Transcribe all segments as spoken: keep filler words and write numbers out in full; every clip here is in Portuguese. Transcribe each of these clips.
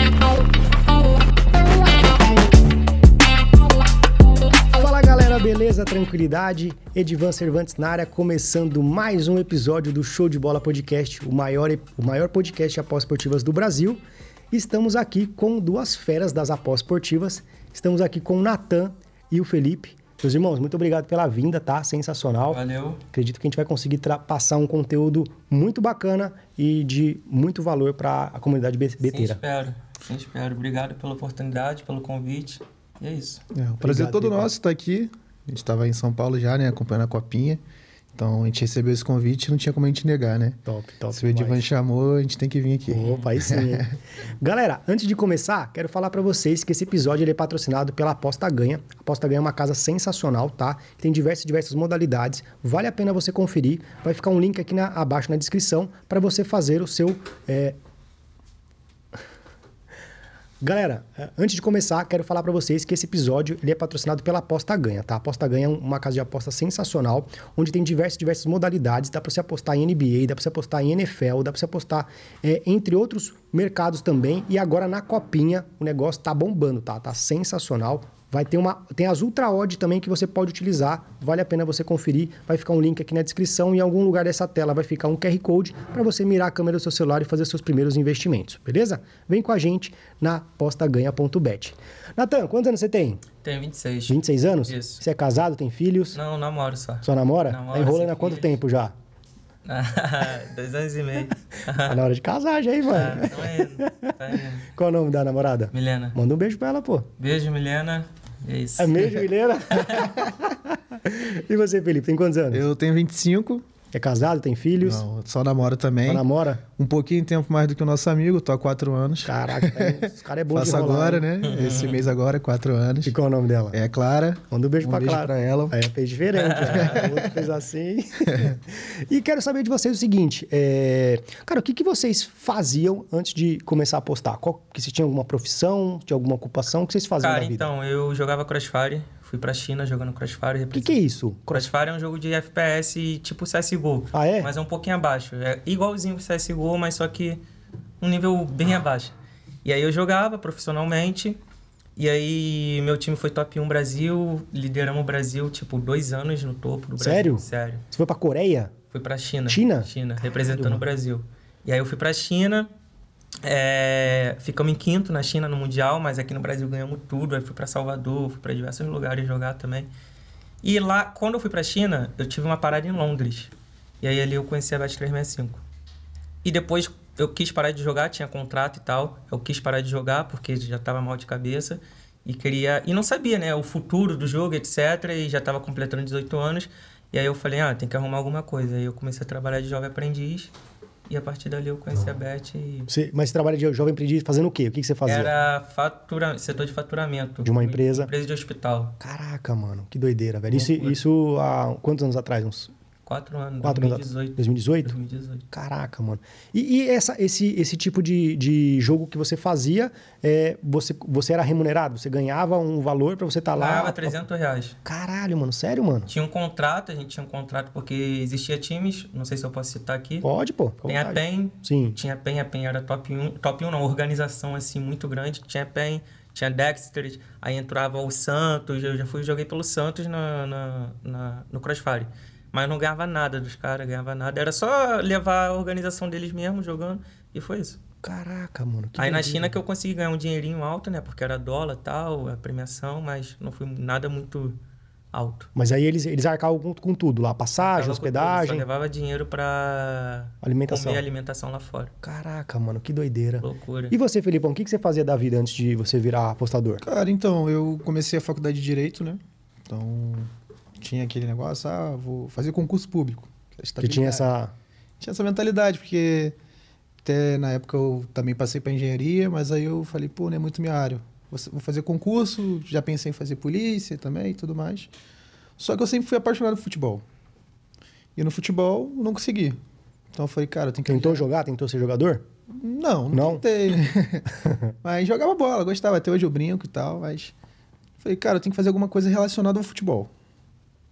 Beleza, tranquilidade, Edivan Cervantes na área, começando mais um episódio do Show de Bola Podcast, o maior, o maior podcast de apostas esportivas do Brasil. Estamos aqui com duas feras das apostas esportivas, estamos aqui com o Natan e o Felipe. Meus irmãos, muito obrigado pela vinda, tá? Sensacional. Valeu. Acredito que a gente vai conseguir tra- passar um conteúdo muito bacana e de muito valor para a comunidade beteira. Sim, espero. Sim, espero. Obrigado pela oportunidade, pelo convite. E é isso. É, o prazer Obrigado, todo Edivan. nosso estar aqui. A gente estava em São Paulo já, né? Acompanhando a Copinha. Então, a gente recebeu esse convite e não tinha como a gente negar, né? Top, top. Se o Edivan chamou, a gente tem que vir aqui. Opa, aí sim. Galera, antes de começar, quero falar pra vocês que esse episódio ele é patrocinado pela Aposta Ganha. A Aposta Ganha é uma casa sensacional, tá? Tem diversas, diversas modalidades. Vale a pena você conferir. Vai ficar um link aqui na, abaixo na descrição para você fazer o seu... É... Galera, antes de começar, quero falar pra vocês que esse episódio ele é patrocinado pela Aposta Ganha, tá? A Aposta Ganha é uma casa de aposta sensacional, onde tem diversas, diversas modalidades. Dá pra você apostar em N B A, dá pra você apostar em N F L, dá pra você apostar é, entre outros mercados também. E agora na Copinha o negócio tá bombando, tá? Tá sensacional. Vai ter uma, tem as Ultra Odd também que você pode utilizar, vale a pena você conferir, vai ficar um link aqui na descrição e em algum lugar dessa tela vai ficar um Q R Code para você mirar a câmera do seu celular e fazer seus primeiros investimentos, beleza? Vem com a gente na aposta ganha ponto bet. Natan, quantos anos você tem? Tenho vinte e seis. vinte e seis anos? Isso. Você é casado, tem filhos? Não, namoro só. Só namora? Namoro, Tá enrolando sem há quanto filhos. tempo já? Dois anos e meio. Tá na hora de casar já, hein, mano? Ah, não é indo. Tá indo. Qual é o nome da namorada? Milena. Manda um beijo pra ela, pô. Beijo, Milena. É isso. É mesmo, Milena? E você, Felipe, tem quantos anos? Eu tenho vinte e cinco. É casado, tem filhos? Não, só namoro também. Só namora? Um pouquinho de tempo mais do que o nosso amigo. Tô há quatro anos. Caraca, tá- esse cara é bom de Faço enrolar, agora, hein? né? Esse mês agora, quatro anos. E qual é o nome dela? É Clara. Manda um beijo Um pra beijo Clara. pra ela. Aí fez diferente. né? O outro fez assim. E quero saber de vocês o seguinte. é, Cara, o que, que vocês faziam antes de começar a apostar? Qual... Que vocês tinham alguma profissão, tinha alguma ocupação? O que vocês faziam Cara, na vida? então, eu jogava Crossfire. Fui pra China jogando Crossfire. O que, que é isso? Crossfire é um jogo de F P S tipo C S G O. Ah, é? Mas é um pouquinho abaixo. É igualzinho o C S G O, mas só que um nível bem abaixo. E aí eu jogava profissionalmente. E aí meu time foi top um Brasil. Lideramos o Brasil, tipo, dois anos no topo do Brasil. Sério? Sério. Você foi pra Coreia? Fui pra China. China? China, Caralho, representando mano. o Brasil. E aí eu fui pra China. É, ficamos em quinto na China no Mundial, mas aqui no Brasil ganhamos tudo. Aí fui pra Salvador, fui pra diversos lugares jogar também. E lá, quando eu fui pra China, eu tive uma parada em Londres. E aí ali eu conheci a Bet trezentos e sessenta e cinco. E depois eu quis parar de jogar, tinha contrato e tal. Eu quis parar de jogar porque já tava mal de cabeça. E queria... E não sabia, né? O futuro do jogo, etcétera. E já tava completando dezoito anos. E aí eu falei, ah, tem que arrumar alguma coisa. Aí eu comecei a trabalhar de jovem aprendiz. E a partir dali eu conheci a Bet e... Você... Mas você trabalha de jovem aprendiz fazendo o quê? O que, que você fazia? Era fatura... setor de faturamento. De uma empresa? Empresa de hospital. Caraca, mano. Que doideira, velho. Isso, isso há quantos anos atrás? Uns Quatro anos. quatro dois mil e anos dezoito. atrás? dois mil e dezoito? dois mil e dezoito. Caraca, mano. E, e essa, esse, esse tipo de, de jogo que você fazia, é, você, você era remunerado? Você ganhava um valor pra você estar lá? Ganhava trezentos reais. Caralho, mano. Sério, mano? Tinha um contrato, a gente tinha um contrato porque existia times, não sei se eu posso citar aqui. Pode, pô. fica à Tem a vontade. PEN, Sim. tinha a PEN, a PEN era top um, top um não, organização assim muito grande, tinha a PEN, tinha Dexter, aí entrava o Santos, eu já fui joguei pelo Santos na, na, na, no Crossfire. Mas não ganhava nada dos caras, ganhava nada. Era só levar a organização deles mesmo jogando e foi isso. Caraca, mano. que Aí na doideira. China que eu consegui ganhar um dinheirinho alto, né? Porque era dólar e tal, a premiação, mas não foi nada muito alto. Mas aí eles, eles arcavam com, com tudo lá. Passagem, Tava com tudo, hospedagem, Só levava dinheiro pra alimentação. comer alimentação lá fora. Caraca, mano. Que doideira. Loucura. E você, Felipão? O que, que você fazia da vida antes de você virar apostador? Cara, então, eu comecei a faculdade de Direito, né? Então, tinha aquele negócio, ah, vou fazer concurso público. Que tinha essa... Tinha essa mentalidade, porque até na época eu também passei para engenharia, mas aí eu falei, pô, não é muito minha área. Vou fazer concurso, já pensei em fazer polícia também e tudo mais. Só que eu sempre fui apaixonado por futebol. E no futebol, eu não consegui. Então eu falei, cara, eu tenho que... Tentou jogar? Tentou ser jogador? Não, não, Não? tentei. Mas jogava bola, gostava. Até hoje eu brinco e tal, mas... Falei, cara, eu tenho que fazer alguma coisa relacionada ao futebol.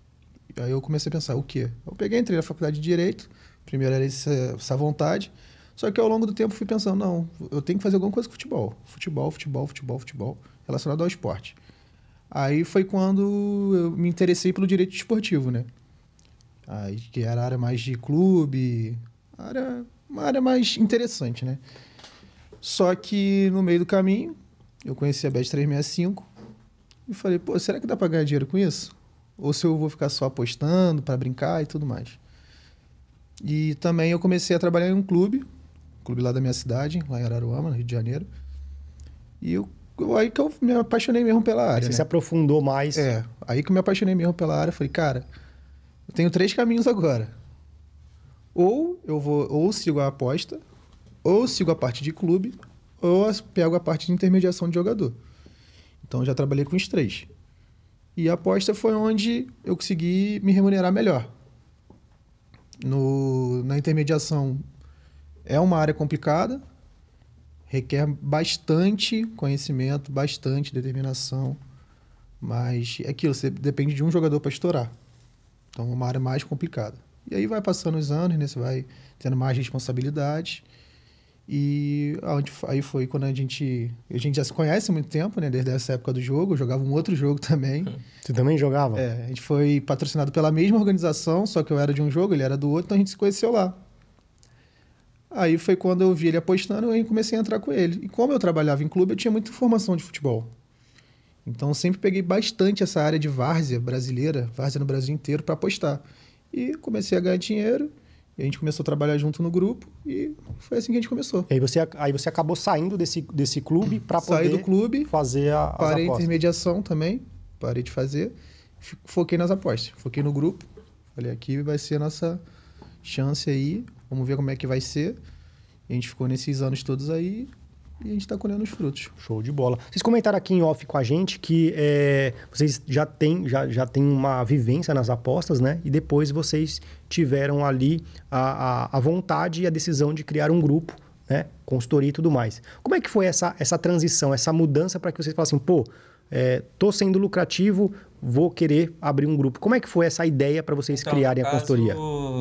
Aí eu comecei a pensar, o quê? Eu peguei, entrei na faculdade de Direito. Primeiro era essa, essa vontade. Só que ao longo do tempo fui pensando, não, eu tenho que fazer alguma coisa com futebol. Futebol, futebol, futebol, futebol, relacionado ao esporte. Aí foi quando eu me interessei pelo direito esportivo, né? Aí, que era a área mais de clube, área, uma área mais interessante, né? Só que no meio do caminho, eu conheci a Bet trezentos e sessenta e cinco e falei, pô, será que dá pra ganhar dinheiro com isso? Ou se eu vou ficar só apostando para brincar e tudo mais. E também eu comecei a trabalhar em um clube, clube lá da minha cidade, lá em Araruama, no Rio de Janeiro. E eu, aí que eu me apaixonei mesmo pela área, Você né? se aprofundou mais. É, aí que eu me apaixonei mesmo pela área. Falei, cara, eu tenho três caminhos agora. Ou eu vou, ou sigo a aposta, ou sigo a parte de clube, ou pego a parte de intermediação de jogador. Então eu já trabalhei com os três. E a aposta foi onde eu consegui me remunerar melhor. No, na intermediação é uma área complicada, requer bastante conhecimento, bastante determinação, mas é aquilo, você depende de um jogador para estourar. Então é uma área mais complicada. E aí vai passando os anos, né? Você vai tendo mais responsabilidade. E aí foi quando a gente... A gente já se conhece há muito tempo, né? Desde essa época do jogo. Eu jogava um outro jogo também. Você também jogava? É, a gente foi patrocinado pela mesma organização, só que eu era de um jogo, ele era do outro, então a gente se conheceu lá. Aí foi quando eu vi ele apostando e eu comecei a entrar com ele. E como eu trabalhava em clube, eu tinha muita informação de futebol. Então eu sempre peguei bastante essa área de várzea brasileira, várzea no Brasil inteiro, para apostar. E comecei a ganhar dinheiro, e a gente começou a trabalhar junto no grupo, e foi assim que a gente começou. E aí você, aí você acabou saindo desse, desse clube para poder Saí do clube, fazer a, as parei a apostas. intermediação também, parei de fazer, foquei nas apostas, foquei no grupo. Falei, aqui vai ser a nossa chance aí, vamos ver como é que vai ser. E a gente ficou nesses anos todos aí e a gente está colhendo os frutos. Show de bola. Vocês comentaram aqui em off com a gente que é, vocês já têm já, já tem uma vivência nas apostas, né? E depois vocês tiveram ali a, a, a vontade e a decisão de criar um grupo, né? Consultoria e tudo mais. Como é que foi essa, essa transição, essa mudança para que vocês falassem, pô, é, tô sendo lucrativo, vou querer abrir um grupo. Como é que foi essa ideia para vocês Então, criarem no a caso, consultoria?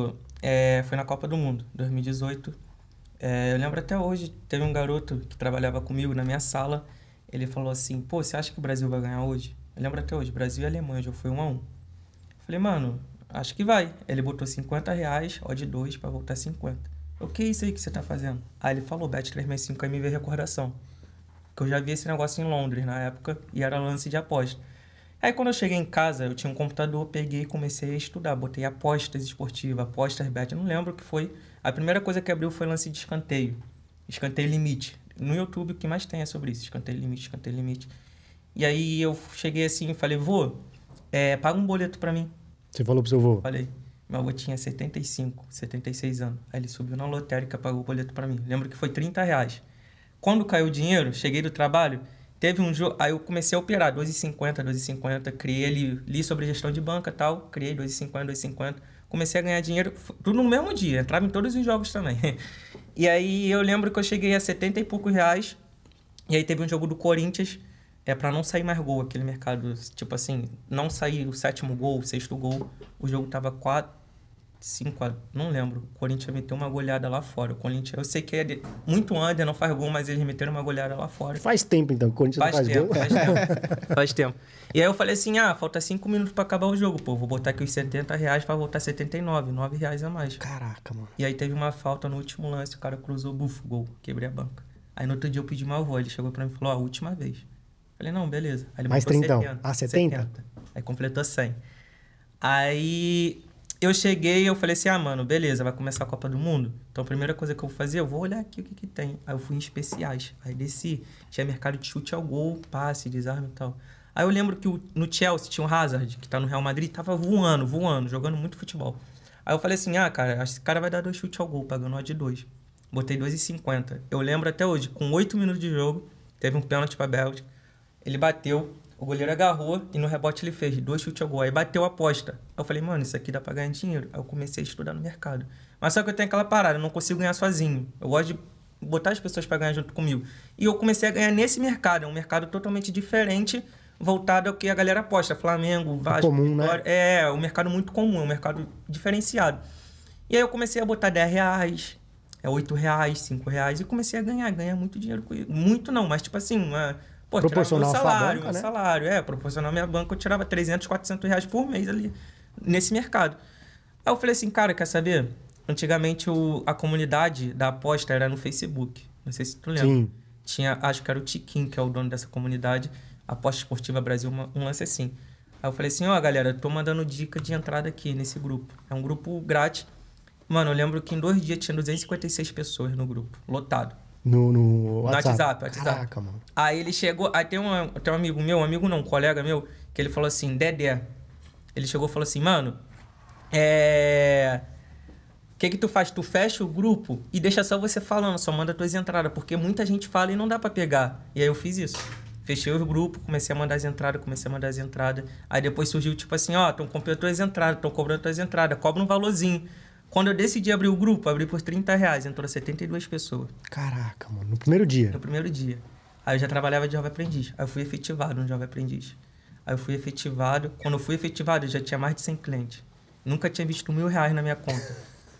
É, foi na Copa do Mundo, dois mil e dezoito. É, eu lembro até hoje, teve um garoto que trabalhava comigo na minha sala. Ele falou assim, pô, você acha que o Brasil vai ganhar hoje? Eu lembro até hoje, Brasil e Alemanha, já foi um a um. Falei, mano, acho que vai. Ele botou cinquenta reais, ó de dois, pra voltar cinquenta. O que é isso aí que você tá fazendo? Aí ele falou, Bet trezentos e sessenta e cinco, aí me veio recordação. Que eu já vi esse negócio em Londres na época, e era lance de aposta. Aí quando eu cheguei em casa, eu tinha um computador, peguei e comecei a estudar. Botei apostas esportivas, apostas bet, eu não lembro o que foi. A primeira coisa que abriu foi lance de escanteio. Escanteio limite. No YouTube o que mais tem é sobre isso, escanteio limite, escanteio limite. E aí eu cheguei assim e falei, vô, é, paga um boleto pra mim. Você falou pro seu vô? Falei, meu avô tinha setenta e cinco, setenta e seis anos. Aí ele subiu na lotérica, pagou o boleto pra mim. Lembro que foi trinta reais. Quando caiu o dinheiro, cheguei do trabalho, teve um jogo, aí eu comecei a operar, dois e cinquenta, dois e cinquenta, criei ali, li sobre gestão de banca e tal, criei dois e cinquenta, dois e cinquenta, comecei a ganhar dinheiro, tudo no mesmo dia, entrava em todos os jogos também. E aí eu lembro que eu cheguei a setenta e poucos reais, e aí teve um jogo do Corinthians, é pra não sair mais gol, aquele mercado, tipo assim, não sair o sétimo gol, o sexto gol, o jogo tava quatro, cinco, não lembro, o Corinthians meteu uma goleada lá fora, o Corinthians, eu sei que é de, muito under, não faz gol, mas eles meteram uma goleada lá fora. Faz tempo então, que o Corinthians Faz não faz tempo, gol. faz tempo, faz tempo. E aí eu falei assim, ah, falta cinco minutos pra acabar o jogo, pô, vou botar aqui os setenta reais pra voltar setenta e nove, nove reais a mais. Caraca, mano. E aí teve uma falta no último lance, o cara cruzou, bufo, gol, quebrei a banca. Aí no outro dia eu pedi meu avô, ele chegou pra mim e falou, ó, a última vez. Falei, não, beleza. Aí ele Mais botou trintão. setenta. Ah, setenta? setenta. Aí completou cem. Aí eu cheguei e eu falei assim, ah, mano, beleza, vai começar a Copa do Mundo. Então a primeira coisa que eu vou fazer, eu vou olhar aqui o que que tem. Aí eu fui em especiais. Aí desci, tinha mercado de chute ao gol, passe, desarme e tal. Aí eu lembro que o, no Chelsea tinha o Hazard, que tá no Real Madrid, tava voando, voando, jogando muito futebol. Aí eu falei assim, ah, cara, esse cara vai dar dois chutes ao gol, pagando odd de dois. Botei dois e cinquenta. Eu lembro até hoje, com oito minutos de jogo, teve um pênalti pra Bélgica. Ele bateu, o goleiro agarrou e no rebote ele fez dois chutes ao gol. Aí bateu a aposta. Aí eu falei, mano, isso aqui dá pra ganhar dinheiro. Aí eu comecei a estudar no mercado. Mas só que eu tenho aquela parada, eu não consigo ganhar sozinho. Eu gosto de botar as pessoas pra ganhar junto comigo. E eu comecei a ganhar nesse mercado. É um mercado totalmente diferente, voltado ao que a galera aposta. Flamengo, Vasco, comum, Vitória. Né? É, um mercado muito comum, é um mercado diferenciado. E aí eu comecei a botar dez reais, é oito reais, cinco reais. E comecei a ganhar, ganhar muito dinheiro com isso. Muito não, mas tipo assim, uma... Pô, proporcional tirava meu salário, banca, meu né? salário. É, proporcional à minha banca, eu tirava trezentos, quatrocentos reais por mês ali, nesse mercado. Aí eu falei assim, cara, quer saber? Antigamente o, a comunidade da aposta era no Facebook. Não sei se tu lembra. Sim. Tinha, acho que era o Tiquinho, que é o dono dessa comunidade. Aposta Esportiva Brasil, uma, um lance assim. Aí eu falei assim, ó, oh, galera, tô mandando dica de entrada aqui nesse grupo. É um grupo grátis. Mano, eu lembro que em dois dias tinha duzentas e cinquenta e seis pessoas no grupo, lotado. No, no No WhatsApp. WhatsApp, WhatsApp. Caraca, mano. Aí ele chegou... Aí tem um, tem um amigo meu, um amigo não, um colega meu, que ele falou assim, Dedé. Ele chegou e falou assim, mano, é... O que que tu faz? Tu fecha o grupo e deixa só você falando, só manda tuas entradas, porque muita gente fala e não dá pra pegar. E aí eu fiz isso. Fechei o grupo, comecei a mandar as entradas, comecei a mandar as entradas. Aí depois surgiu tipo assim, ó, estão comprando tuas entradas, estão cobrando tuas entradas, cobra um valorzinho. Quando eu decidi abrir o grupo, abri por trinta reais, entrou setenta e duas pessoas. Caraca, mano. No primeiro dia. No primeiro dia. Aí eu já trabalhava de jovem aprendiz. Aí eu fui efetivado no jovem aprendiz. Aí eu fui efetivado. Quando eu fui efetivado, eu já tinha mais de cem clientes. Nunca tinha visto mil reais na minha conta.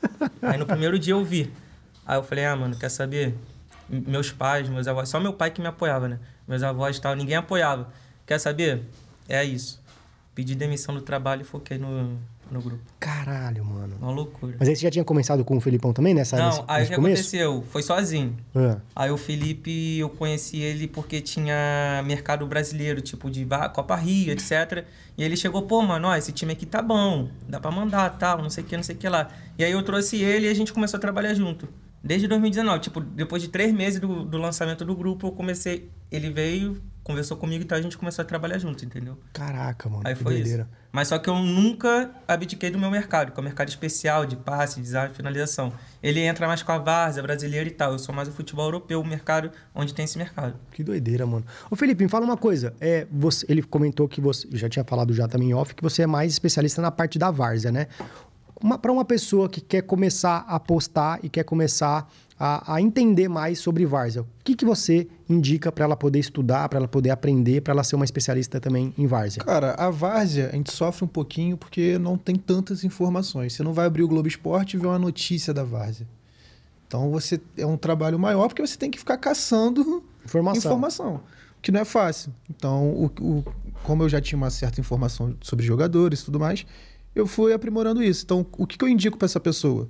Aí no primeiro dia eu vi. Aí eu falei, ah, mano, quer saber? Meus pais, meus avós, só meu pai que me apoiava, né? Meus avós e tal, ninguém apoiava. Quer saber? É isso. Pedi demissão do trabalho e foquei no, no grupo. Caralho, mano. Uma loucura. Mas aí você já tinha começado com o Felipão também, nessa Não, nesse, aí o nesse que começo? aconteceu? Foi sozinho. Ah. Aí o Felipe, eu conheci ele porque tinha mercado brasileiro, tipo de Copa Rio, etcétera. E ele chegou, pô, mano, ó, esse time aqui tá bom, dá pra mandar, tal, não sei o que, não sei o que lá. E aí eu trouxe ele e a gente começou a trabalhar junto. Desde dois mil e dezenove, tipo, depois de três meses do, do lançamento do grupo, eu comecei... Ele veio, conversou comigo e tal, a gente começou a trabalhar junto, entendeu? Caraca, mano, Aí que foi doideira. isso. Mas só que eu nunca abdiquei do meu mercado, que é o mercado especial de passe, design e finalização. Ele entra mais com a várzea brasileira e tal. Eu sou mais o futebol europeu, o mercado onde tem esse mercado. Que doideira, mano. Ô, Felipe, me fala uma coisa. É, você, ele comentou que você... Já tinha falado já também em off, que você é mais especialista na parte da várzea, né? Uma, para uma pessoa que quer começar a apostar e quer começar a, a entender mais sobre várzea, o que, que você indica para ela poder estudar, para ela poder aprender, para ela ser uma especialista também em várzea? Cara, a várzea, a gente sofre um pouquinho porque não tem tantas informações. Você não vai abrir o Globo Esporte e ver uma notícia da várzea. Então, você é um trabalho maior porque você tem que ficar caçando Informação. informação, que não é fácil. Então, o, o, como eu já tinha uma certa informação sobre jogadores e tudo mais, eu fui aprimorando isso. Então, o que, que eu indico para essa pessoa?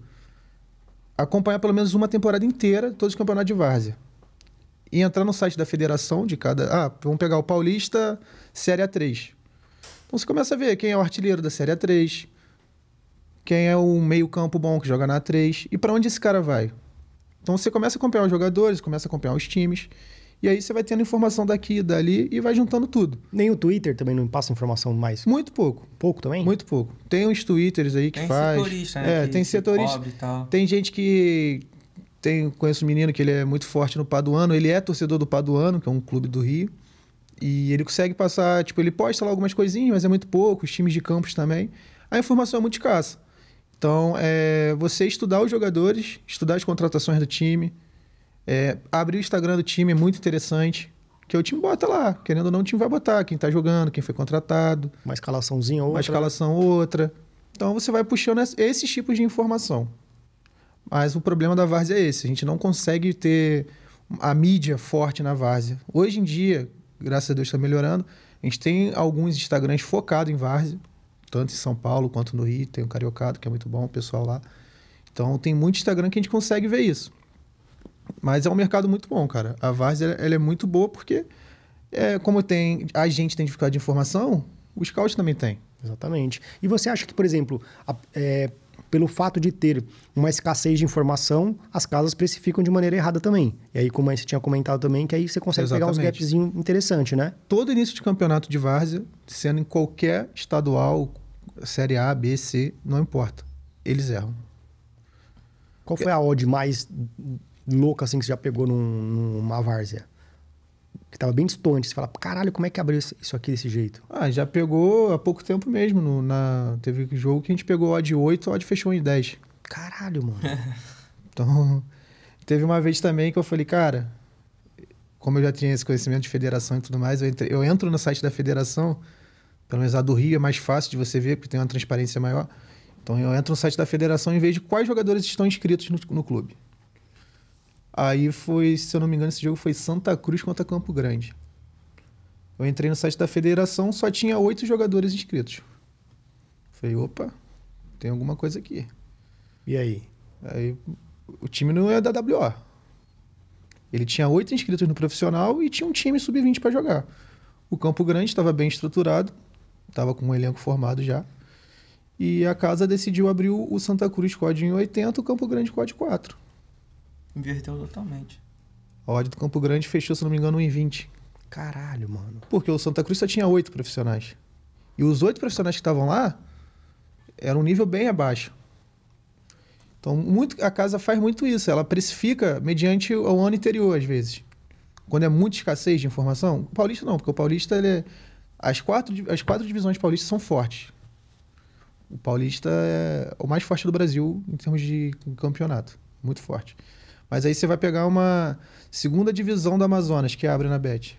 Acompanhar pelo menos uma temporada inteira todos os campeonatos de várzea. E entrar no site da federação de cada... Ah, vamos pegar o Paulista Série A três. Então, você começa a ver quem é o artilheiro da Série A três, quem é o meio-campo bom que joga na A três e para onde esse cara vai. Então, você começa a acompanhar os jogadores, começa a acompanhar os times, e aí você vai tendo informação daqui e dali e vai juntando tudo. Nem o Twitter também não passa informação mais? Muito pouco. Pouco também? Muito pouco. Tem uns Twitters aí que tem faz... setorista, né? É, que, tem que setorista. cobre e tal. Tem gente que... Tem, conheço um menino que ele é muito forte no Paduano. Ele é torcedor do Paduano, que é um clube do Rio. E ele consegue passar... Tipo, ele posta lá algumas coisinhas, mas é muito pouco. Os times de campos também. A informação é muito escassa. Então, é você estudar os jogadores, estudar as contratações do time, é, abrir o Instagram do time é muito interessante. Que o time bota lá. Querendo ou não, o time vai botar quem tá jogando, quem foi contratado. Uma escalaçãozinha ou outra. Uma escalação outra. Então, você vai puxando esses tipos de informação. Mas o problema da várzea é esse. A gente não consegue ter a mídia forte na várzea. Hoje em dia, graças a Deus está melhorando, a gente tem alguns Instagrams focados em várzea, tanto em São Paulo quanto no Rio. Tem o Cariocado, que é muito bom, o pessoal lá. Então, tem muito Instagram que a gente consegue ver isso. Mas é um mercado muito bom, cara. A várzea ela é muito boa porque, é, como tem, a gente tem dificuldade de informação, o scout também tem. Exatamente. E você acha que, por exemplo, a, é, pelo fato de ter uma escassez de informação, as casas precificam de maneira errada também. E aí, como você tinha comentado também, que aí você consegue Exatamente. pegar uns gapzinhos interessantes, né? Todo início de campeonato de várzea, sendo em qualquer estadual, Série A, B, C, não importa. Eles erram. Qual foi a odd mais louca assim que você já pegou num, numa várzea? Que tava bem distante. Você fala, caralho, como é que abriu isso aqui desse jeito? Ah, já pegou há pouco tempo mesmo. No, na, teve um jogo que a gente pegou odd oito, a odd fechou em dez. Caralho, mano. Então, teve uma vez também que eu falei, cara, como eu já tinha esse conhecimento de federação e tudo mais, eu, entre, eu entro no site da federação, pelo menos a do Rio é mais fácil de você ver, porque tem uma transparência maior. Então, eu entro no site da federação e vejo quais jogadores estão inscritos no, no clube. Aí foi, se eu não me engano, esse jogo foi Santa Cruz contra Campo Grande. Eu entrei no site da federação, só tinha oito jogadores inscritos. Falei, opa, tem alguma coisa aqui. E aí? Aí o time não é da W O. Ele tinha oito inscritos no profissional e tinha um time sub vinte para jogar. O Campo Grande estava bem estruturado, estava com um elenco formado já. E a casa decidiu abrir o Santa Cruz Código em oitenta, o Campo Grande Código quatro. Inverteu totalmente. A odd do Campo Grande fechou, se não me engano, em vinte. Caralho, mano. Porque o Santa Cruz só tinha oito profissionais. E os oito profissionais que estavam lá eram um nível bem abaixo. Então, muito, a casa faz muito isso. Ela precifica mediante o ano anterior, às vezes. Quando é muita escassez de informação. O Paulista não, porque o Paulista, ele é, as, quatro, as quatro divisões paulistas são fortes. O Paulista é o mais forte do Brasil em termos de campeonato. Muito forte. Mas aí você vai pegar uma segunda divisão do Amazonas, que abre na Bet.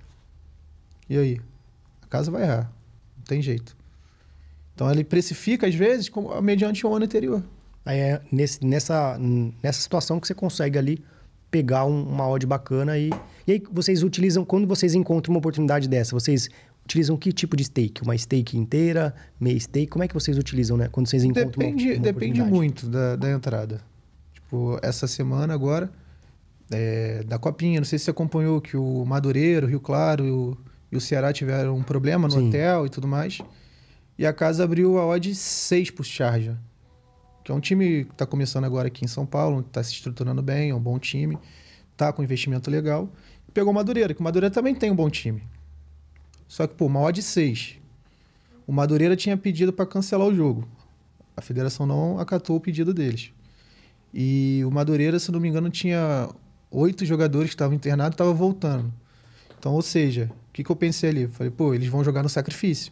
E aí? A casa vai errar. Não tem jeito. Então, ele precifica, às vezes, como, mediante o ano anterior. Aí é nesse, nessa, nessa situação que você consegue ali pegar um, uma odd bacana e... E aí vocês utilizam, quando vocês encontram uma oportunidade dessa, vocês utilizam que tipo de stake? Uma stake inteira, meia stake? Como é que vocês utilizam, né? Quando vocês encontram depende, uma, uma Depende muito da, da entrada. Tipo, essa semana agora, é, da Copinha, não sei se você acompanhou que o Madureira, o Rio Claro e o, e o Ceará tiveram um problema no Sim. hotel e tudo mais. E a casa abriu a odd seis por Charja, que é um time que está começando agora aqui em São Paulo, está se estruturando bem, é um bom time, está com investimento legal. Pegou o Madureira, que o Madureira também tem um bom time. Só que, pô, uma odd seis. O Madureira tinha pedido para cancelar o jogo. A federação não acatou o pedido deles. E o Madureira, se não me engano, tinha oito jogadores que estavam internados e estavam voltando. Então, ou seja, o que, que eu pensei ali? Falei, pô, eles vão jogar no sacrifício.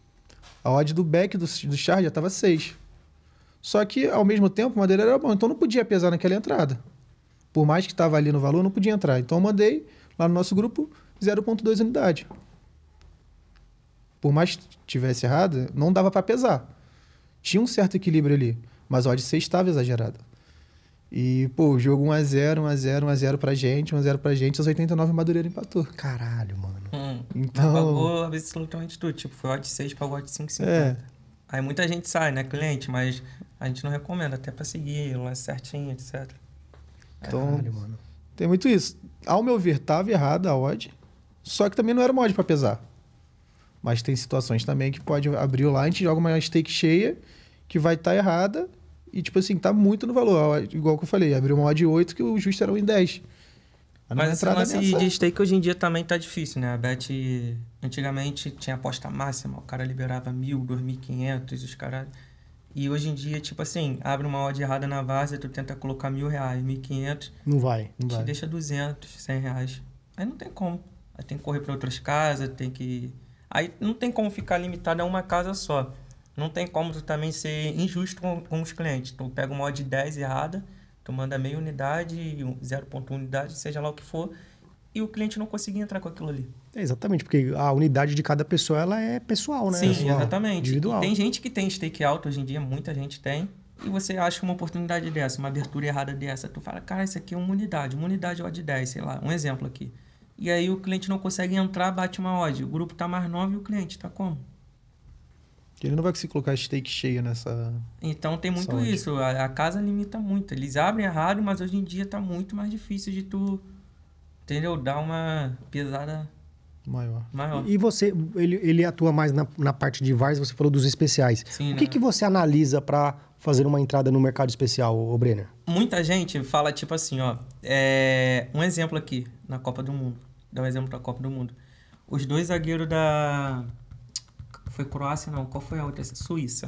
A odd do back do, do Char já estava seis. Só que, ao mesmo tempo, o Madureira era bom. Então, não podia pesar naquela entrada. Por mais que estava ali no valor, não podia entrar. Então, eu mandei lá no nosso grupo zero vírgula dois unidade. Por mais que tivesse errado, não dava para pesar. Tinha um certo equilíbrio ali. Mas a odd seis estava exagerada. E, pô, o jogo um a zero, um a zero, um a zero pra gente, um a zero pra gente, aos oitenta e nove o Madureira empatou. Caralho, mano. Hum, Então... Pagou absolutamente tudo. Tipo, foi odd seis, pagou odd cinco e É. cinquenta. Aí muita gente sai, né, cliente? Mas a gente não recomenda, até pra seguir o lance certinho, etcétera. Então, Caralho, mano. tem muito isso. Ao meu ver, estava errada a odd, só que também não era uma odd para pesar. Mas tem situações também que pode abrir lá, a gente joga uma stake cheia, que vai estar tá errada, e tipo assim, tá muito no valor. Igual que eu falei, abriu uma odd oito que o justo era um em dez. Mas esse lance nessa... de stake hoje em dia também tá difícil, né? A Bet, antigamente, tinha aposta máxima, o cara liberava mil, dois mil e quinhentos, os caras... E hoje em dia, tipo assim, abre uma odd errada na várzea, tu tenta colocar mil reais, mil e quinhentos... Não vai, não te vai. deixa duzentos, cem reais. Aí não tem como. Aí tem que correr para outras casas, tem que... Aí não tem como ficar limitado a uma casa só. Não tem como tu também ser injusto com, com os clientes. Tu pega uma odd dez errada, tu manda meia unidade, zero vírgula um unidade, seja lá o que for, e o cliente não conseguir entrar com aquilo ali. É exatamente, porque a unidade de cada pessoa, ela é pessoal, né? Sim, pessoal, exatamente. Individual. E tem gente que tem stake alto hoje em dia, muita gente tem, e você acha uma oportunidade dessa, uma abertura errada dessa, tu fala, cara, isso aqui é uma unidade, uma unidade odd dez, sei lá, um exemplo aqui. E aí o cliente não consegue entrar, bate uma odd, o grupo tá mais nove e o cliente tá como? Ele não vai conseguir colocar stake cheia nessa... Então tem muito Saúde. isso, a, a casa limita muito. Eles abrem errado, mas hoje em dia tá muito mais difícil de tu, entendeu? Dar uma pesada maior. maior. E você, ele, ele atua mais na, na parte de V A Rs, você falou dos especiais. Sim, o que, né? que você analisa para fazer uma entrada no mercado especial, ô Brenner? Muita gente fala tipo assim, ó, é, um exemplo aqui, na Copa do Mundo. Dá um exemplo da Copa do Mundo. Os dois zagueiros da... Foi Croácia, não. Qual foi a outra? Suíça.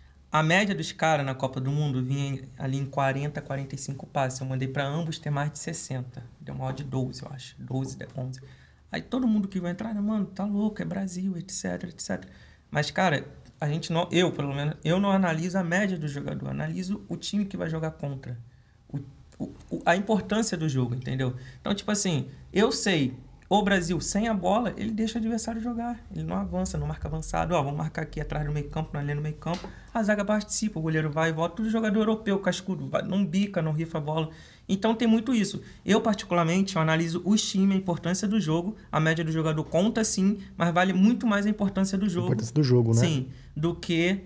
A média dos caras na Copa do Mundo vinha ali em quarenta, quarenta e cinco passes. Eu mandei para ambos ter mais de sessenta. Deu uma odd de doze, eu acho. doze, onze. Aí todo mundo que vai entrar, né, mano, tá louco, é Brasil, etc, etcétera. Mas, cara, a gente não... Eu, pelo menos, eu não analiso a média do jogador. Analiso o time que vai jogar contra. O, o, a importância do jogo, entendeu? Então, tipo assim, eu sei O Brasil, sem a bola, ele deixa o adversário jogar. Ele não avança, não marca avançado. Ó, vamos marcar aqui atrás do meio campo, na linha do meio campo. A zaga participa, o goleiro vai e volta. Tudo jogador europeu, cascudo. Vai, não bica, não rifa a bola. Então tem muito isso. Eu, particularmente, eu analiso os times, a importância do jogo. A média do jogador conta, sim, mas vale muito mais a importância do jogo. A importância do jogo, né? Sim, do que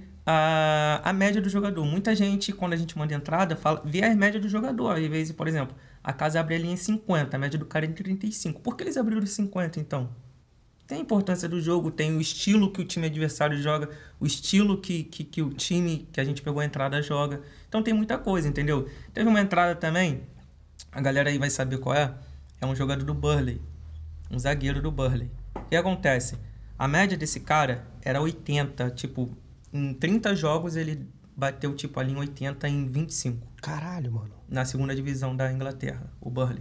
a, a média do jogador. Muita gente, quando a gente manda entrada, fala, vê a média do jogador. Às vezes, por exemplo, a casa abre a linha em cinquenta, a média do cara é em trinta e cinco. Por que eles abriram cinquenta, então? Tem a importância do jogo, tem o estilo que o time adversário joga, o estilo que, que, que o time que a gente pegou a entrada joga. Então tem muita coisa, entendeu? Teve uma entrada também, a galera aí vai saber qual é, é um jogador do Burnley, um zagueiro do Burnley. O que acontece? A média desse cara era oitenta, tipo, em trinta jogos ele bateu tipo ali em oitenta em vinte e cinco. Caralho, mano. Na segunda divisão da Inglaterra, o Burnley.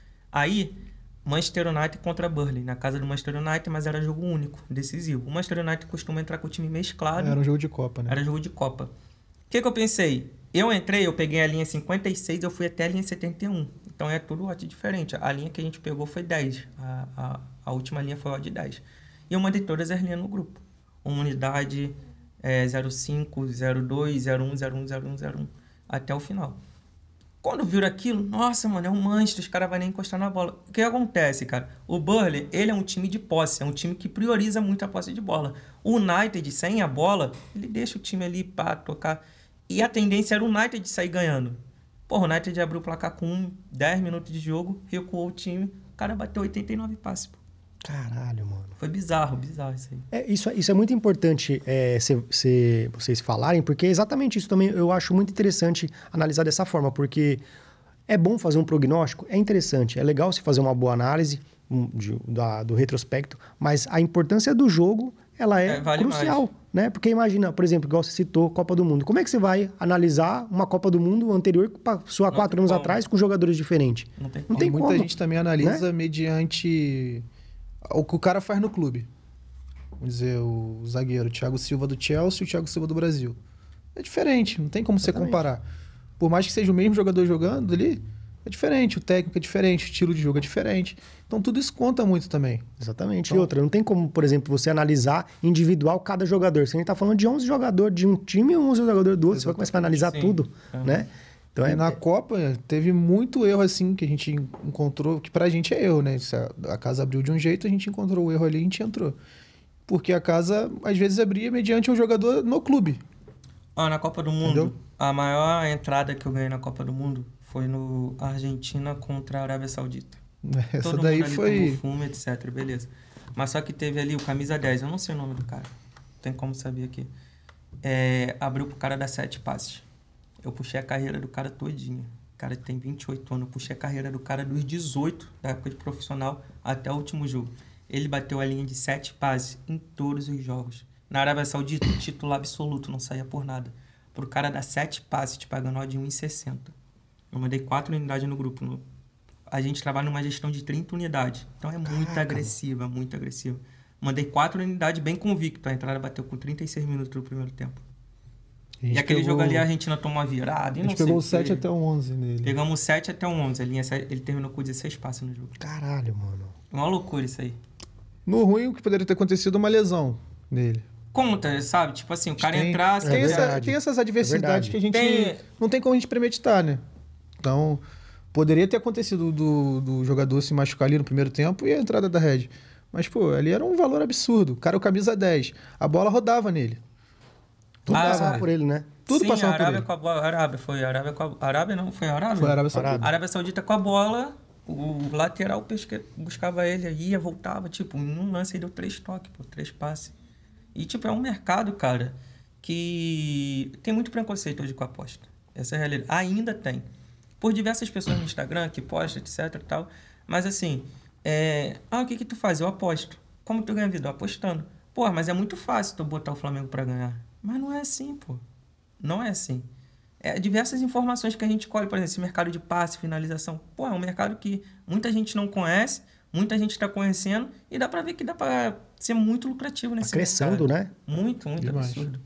Aí, Manchester United contra Burnley, na casa do Manchester United, mas era jogo único, decisivo. O Manchester United costuma entrar com o time mesclado. Era um jogo de Copa, né? Era jogo de Copa. O que, que eu pensei? Eu entrei, eu peguei a linha cinquenta e seis, eu fui até a linha setenta e um. Então é tudo odd diferente. A linha que a gente pegou foi dez. A, a, a última linha foi odd dez. E eu mandei todas as linhas no grupo. Uma unidade é, zero cinco, zero dois, zero um, zero um, zero um, zero um. Até o final. Quando viram aquilo, nossa, mano, é um Manchester, os caras vão nem encostar na bola. O que acontece, cara? O Burnley, ele é um time de posse, é um time que prioriza muito a posse de bola. O United, sem a bola, ele deixa o time ali para tocar. E a tendência era o United sair ganhando. Pô, o United abriu o placar com dez minutos de jogo, recuou o time, o cara bateu oitenta e nove passes, pô. Caralho, mano. Foi bizarro, bizarro isso aí. É, isso, isso é muito importante é, cê, cê, vocês falarem, porque exatamente isso também eu acho muito interessante analisar dessa forma, porque é bom fazer um prognóstico, é interessante, é legal se fazer uma boa análise um, de, da, do retrospecto, mas a importância do jogo, ela é, É, vale crucial, mais. né? Porque imagina, por exemplo, igual você citou, Copa do Mundo. Como é que você vai analisar uma Copa do Mundo anterior que passou há Não quatro tem anos como. atrás com jogadores diferentes? Não tem Não como. tem Muita como, gente também analisa né? mediante o que o cara faz no clube. Vamos dizer, o zagueiro Thiago Silva do Chelsea e o Thiago Silva do Brasil. É diferente, não tem como você Exatamente. comparar. Por mais que seja o mesmo jogador jogando ali, é diferente, o técnico é diferente, o estilo de jogo é diferente. Então tudo isso conta muito também. Exatamente. Então- E outra, não tem como, por exemplo, você analisar individual cada jogador. Se a gente tá falando de onze jogadores de um time e onze jogadores do outro, você vai começar a analisar Sim. tudo, Uhum. né? Então E é, na é- Copa teve muito erro assim que a gente encontrou, que pra gente é erro, né? Se a, a casa abriu de um jeito, a gente encontrou o erro ali e a gente entrou. Porque a casa, às vezes, abria mediante um jogador no clube. Ó, na Copa do Mundo, Entendeu? a maior entrada que eu ganhei na Copa do Mundo foi no Argentina contra a Arábia Saudita. Essa Todo daí mundo ali foi. tomou fumo, etcétera. Beleza. Mas só que teve ali o camisa dez, eu não sei o nome do cara. Não tem como saber aqui. É, abriu pro cara dar sete passes. Eu puxei a carreira do cara todinha. O cara tem vinte e oito anos. Eu puxei a carreira do cara dos dezoito, da época de profissional, até o último jogo. Ele bateu a linha de sete passes em todos os jogos. Na Arábia Saudita, titular absoluto, não saía por nada. Pro cara dar sete passes, te pagando ó de um e sessenta. Eu mandei quatro unidades no grupo. No... A gente trabalha numa gestão de trinta unidades. Então é muito Caraca. agressiva, muito agressiva. Mandei quatro unidades bem convicto. A entrada bateu com trinta e seis minutos do primeiro tempo. A gente E aquele pegou- jogo ali a Argentina tomou uma virada. E A não gente sei pegou o o quê. sete até o onze nele. Pegamos o sete até o onze. A linha, ele terminou com dezesseis passes no jogo. Caralho, mano. Uma loucura isso aí. No ruim, o que poderia ter acontecido uma lesão nele. Conta, sabe? Tipo assim, o cara Tem- entrasse... Tem, É essa- verdade. tem essas É adversidades verdade. que a gente Tem- não tem como a gente premeditar, né? Então, poderia ter acontecido do, do jogador se machucar ali no primeiro tempo e a entrada da Red. Mas, pô, ali era um valor absurdo. O cara, o camisa dez. A bola rodava nele. Tudo Ah, passava é. por ele, né? Tudo Sim, passava a por Arábia ele. com a bola. A Arábia foi a Arábia com a Arábia não, foi a Arábia? Foi a Arábia Saudita. A Arábia Saudita com a bola, o lateral pesca, buscava ele, ia, voltava, tipo, em um lance ele deu três toques, pô, três passes. E, tipo, é um mercado, cara, que tem muito preconceito hoje com a aposta. Essa é a realidade. Ainda tem. Por diversas pessoas no Instagram que postam, etc e tal. Mas, assim, é... ah, o que que tu faz? Eu aposto. Como tu ganha vida? Eu apostando. Pô, mas é muito fácil tu botar o Flamengo pra ganhar. Mas não é assim, pô. Não é assim. É diversas informações que a gente colhe, por exemplo, esse mercado de passe, finalização. Pô, é um mercado que muita gente não conhece, muita gente está conhecendo e dá para ver que dá para ser muito lucrativo nesse Tá crescendo, mercado. né? Muito, muito Demais. absurdo.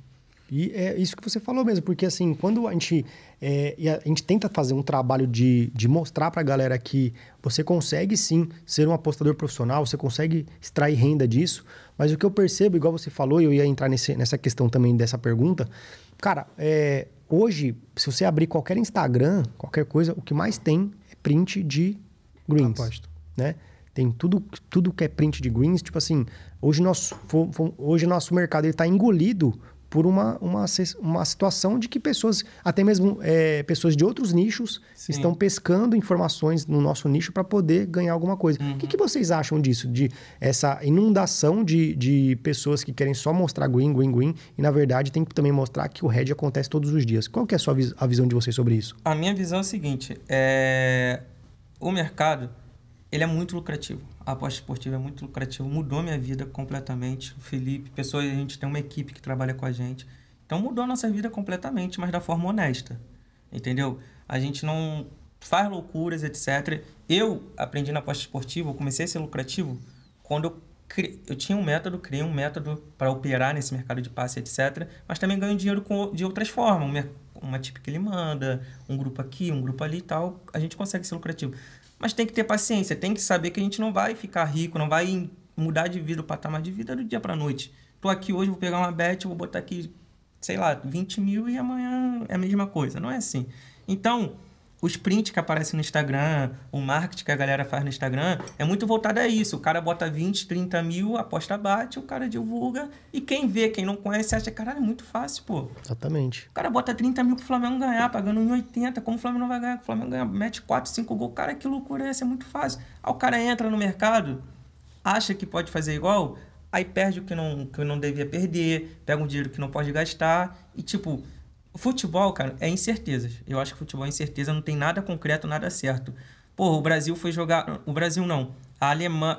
E é isso que você falou mesmo, porque assim, quando a gente, é, e a gente tenta fazer um trabalho de, de mostrar pra galera que você consegue sim ser um apostador profissional, você consegue extrair renda disso, mas o que eu percebo, igual você falou, e eu ia entrar nesse, nessa questão também dessa pergunta, cara, é, hoje, se você abrir qualquer Instagram, qualquer coisa, o que mais tem é print de greens, Aposto. né? Tem tudo, tudo que é print de greens, tipo assim, hoje nosso, hoje nosso mercado está engolido por uma, uma, uma situação de que pessoas, até mesmo é, pessoas de outros nichos, Sim. estão pescando informações no nosso nicho para poder ganhar alguma coisa. Uhum. O que, que vocês acham disso? De essa inundação de, de pessoas que querem só mostrar green, green, green, e na verdade tem que também mostrar que o hedge acontece todos os dias. Qual que é a, sua, a visão de vocês sobre isso? A minha visão é o seguinte, é... o mercado, ele é muito lucrativo. A aposta esportiva é muito lucrativa, mudou minha vida completamente. O Felipe, pessoas, a gente tem uma equipe que trabalha com a gente. Então mudou a nossa vida completamente, mas da forma honesta. Entendeu? A gente não faz loucuras, etcétera. Eu aprendi na aposta esportiva, eu comecei a ser lucrativo quando eu, cri... eu tinha um método, criei um método para operar nesse mercado de passe, etcétera. Mas também ganho dinheiro com... de outras formas. Uma, uma tip que ele manda, um grupo aqui, um grupo ali e tal. A gente consegue ser lucrativo. Mas tem que ter paciência, tem que saber que a gente não vai ficar rico, não vai mudar de vida, o patamar de vida do dia para noite. Tô aqui hoje, vou pegar uma bet, vou botar aqui, sei lá, vinte mil e amanhã é a mesma coisa. Não é assim. Então, os prints que aparecem no Instagram, o marketing que a galera faz no Instagram, é muito voltado a isso. O cara bota vinte, trinta mil, a aposta bate, o cara divulga. E quem vê, quem não conhece, acha, caralho, é muito fácil, pô. Exatamente. O cara bota trinta mil pro Flamengo ganhar, pagando um e oitenta. Como o Flamengo não vai ganhar? O Flamengo ganha, mete quatro, cinco gols. Cara, que loucura é essa? É muito fácil. Aí o cara entra no mercado, acha que pode fazer igual, aí perde o que não, que não devia perder, pega um dinheiro que não pode gastar. E, tipo, o futebol, cara, é incertezas. Eu acho que futebol é incerteza, não tem nada concreto, nada certo. Pô, o Brasil foi jogar... O Brasil não. A Alemanha...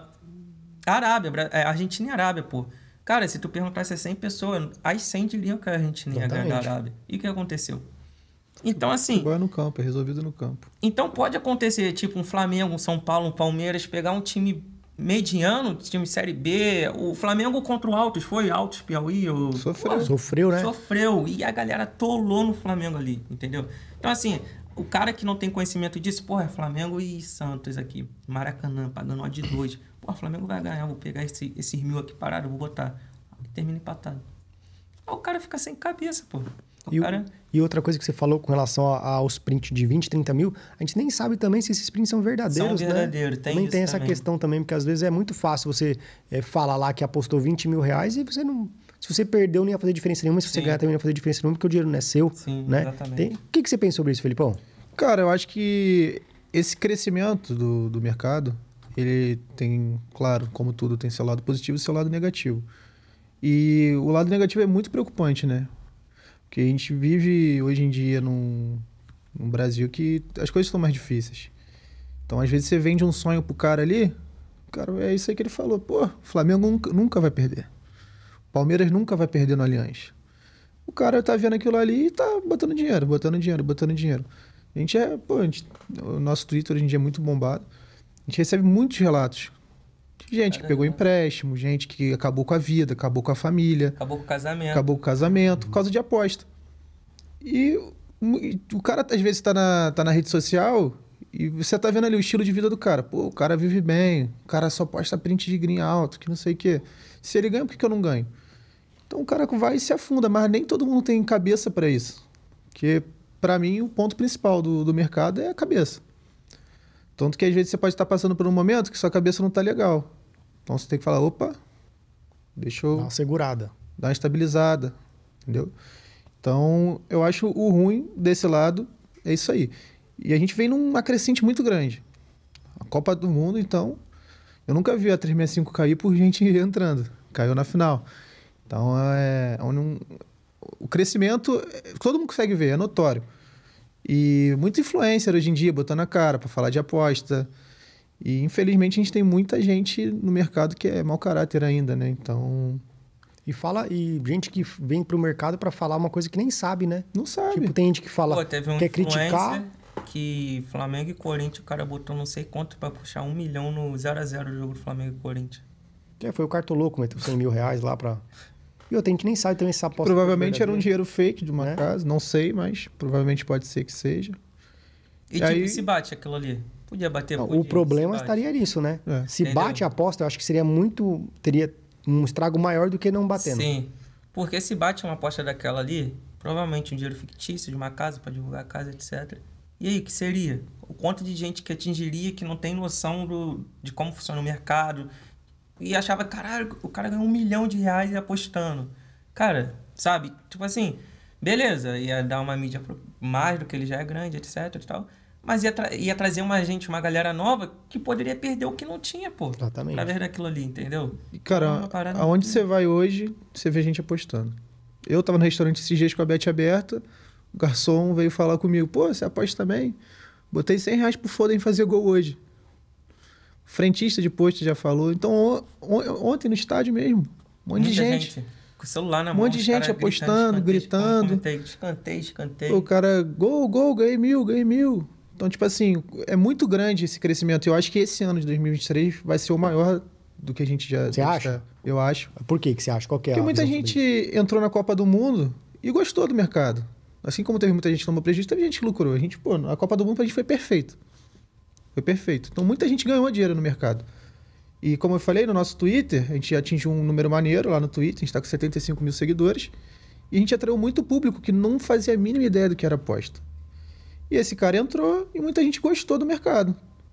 A Arábia, a Argentina e a Arábia, pô. Cara, se tu perguntasse a cem pessoas, as cem diriam que a Argentina ia ganhar da Arábia. E o que aconteceu? Então, assim... Futebol é no campo, é resolvido no campo. Então, pode acontecer, tipo, um Flamengo, um São Paulo, um Palmeiras, pegar um time mediano, time Série B. O Flamengo contra o Altos, foi? Altos, Piauí? O... Sofreu. Pô, Sofreu, né? Sofreu. E a galera tolou no Flamengo ali, entendeu? Então, assim, o cara que não tem conhecimento disso, porra, é Flamengo e Santos aqui. Maracanã, pagando uma de dois. Porra, Flamengo vai ganhar, vou pegar esse, esses mil aqui parado, vou botar. Aí termina empatado. Aí o cara fica sem cabeça, pô. O e, cara... e outra coisa que você falou com relação aos prints de vinte, trinta mil, a gente nem sabe também se esses prints são verdadeiros, são verdadeiros, né? Tem também tem essa também. questão também, porque às vezes é muito fácil você é, falar lá que apostou vinte mil reais e você não... Se você perdeu, não ia fazer diferença nenhuma. Se você Sim. ganhar, também não ia fazer diferença nenhuma, porque o dinheiro não é seu. Sim, né? exatamente. Tem... O que, que você pensa sobre isso, Felipão? Cara, eu acho que esse crescimento do, do mercado, ele tem, claro, como tudo, tem seu lado positivo e seu lado negativo. E o lado negativo é muito preocupante, né? Porque a gente vive hoje em dia num, num Brasil que as coisas estão mais difíceis. Então, às vezes, você vende um sonho pro cara ali, cara, é isso aí que ele falou. Pô, o Flamengo nunca, nunca vai perder. O Palmeiras nunca vai perder no Allianz. O cara tá vendo aquilo ali e tá botando dinheiro, botando dinheiro, botando dinheiro. A gente é, pô, a gente, o nosso Twitter hoje em dia é muito bombado. A gente recebe muitos relatos de gente que pegou empréstimo, gente que acabou com a vida, acabou com a família. Acabou com o casamento. Acabou com o casamento, por causa de aposta. E o cara, às vezes, tá na, tá na rede social e você tá vendo ali o estilo de vida do cara. Pô, o cara vive bem, o cara só posta print de green alto, que não sei o quê. Se ele ganha, por que, que eu não ganho? Então o cara vai e se afunda, mas nem todo mundo tem cabeça para isso. Porque, para mim, o ponto principal do, do mercado é a cabeça. Tanto que, às vezes, você pode estar passando por um momento que sua cabeça não tá legal. Então, você tem que falar, opa, deixa eu... Dá uma segurada. Dar uma estabilizada, entendeu? Então, eu acho o ruim desse lado é isso aí. E a gente vem numa crescente muito grande. A Copa do Mundo, então... Eu nunca vi a trezentos e sessenta e cinco cair por gente entrando. Caiu na final. Então, é, é um, o crescimento, todo mundo consegue ver, é notório. E muito influencer hoje em dia, botando a cara para falar de aposta. E, infelizmente, a gente tem muita gente no mercado que é mau caráter ainda, né? Então... E fala e gente que vem pro mercado para falar uma coisa que nem sabe, né? Não sabe. Tipo, tem gente que fala, Pô, teve um quer criticar... que Flamengo e Corinthians, o cara botou não sei quanto para puxar um milhão no zero a zero do jogo do Flamengo e Corinthians. É, foi o Cartoloco, meteu cem mil reais lá pra... E outra, a gente nem sabe também se essa aposta... Provavelmente era um verdadeira. dinheiro fake de uma É. casa, não sei, mas provavelmente pode ser que seja. E, E tipo, aí- se bate aquilo ali? Podia bater, Não, podia, o problema se bate. estaria nisso, né? É. Se Entendeu? bate a aposta, eu acho que seria muito... Teria um estrago maior do que não batendo. Sim, porque se bate uma aposta daquela ali, provavelmente um dinheiro fictício de uma casa para divulgar a casa, etcétera. E aí, o que seria? O quanto de gente que atingiria que não tem noção do, de como funciona o mercado e achava, caralho, o cara ganhou um milhão de reais apostando. Cara, sabe? Tipo assim, beleza, ia dar uma mídia pro- mais do que ele já é grande, etcétera e tal. Mas ia, tra- ia trazer uma gente, uma galera nova que poderia perder o que não tinha, pô. Exatamente. Pra ver daquilo ali, entendeu? E, É cara, uma parada aonde muito- você vai hoje, você vê gente apostando. Eu tava no restaurante esses dias com a Bet aberta, o garçom veio falar comigo, pô, você aposta também? Botei cem reais pro Foden fazer gol hoje. O frentista de posto já falou. Então, on- on- ontem no estádio mesmo, um monte de Muita gente. Com o celular na Um mão. monte de os gente caras apostando, gritando. Escanteio, escanteio, escanteio. O cara, gol, gol, ganhei mil, ganhei mil. Então, tipo assim, é muito grande esse crescimento. Eu acho que esse ano de dois mil e vinte e três vai ser o maior do que a gente já... Você acha? Eu acho. Por que que você acha? Qual que é Porque a muita visão gente sobre isso? entrou na Copa do Mundo e gostou do mercado. Assim como teve muita gente que tomou prejuízo, teve gente que lucrou. A gente, pô, a Copa do Mundo pra gente foi perfeito. Foi perfeito. Então muita gente ganhou dinheiro no mercado. E como eu falei, no nosso Twitter, a gente atingiu um número maneiro lá no Twitter, a gente tá com setenta e cinco mil seguidores. E a gente atraiu muito público que não fazia a mínima ideia do que era aposta. E esse cara entrou e muita gente gostou do mercado.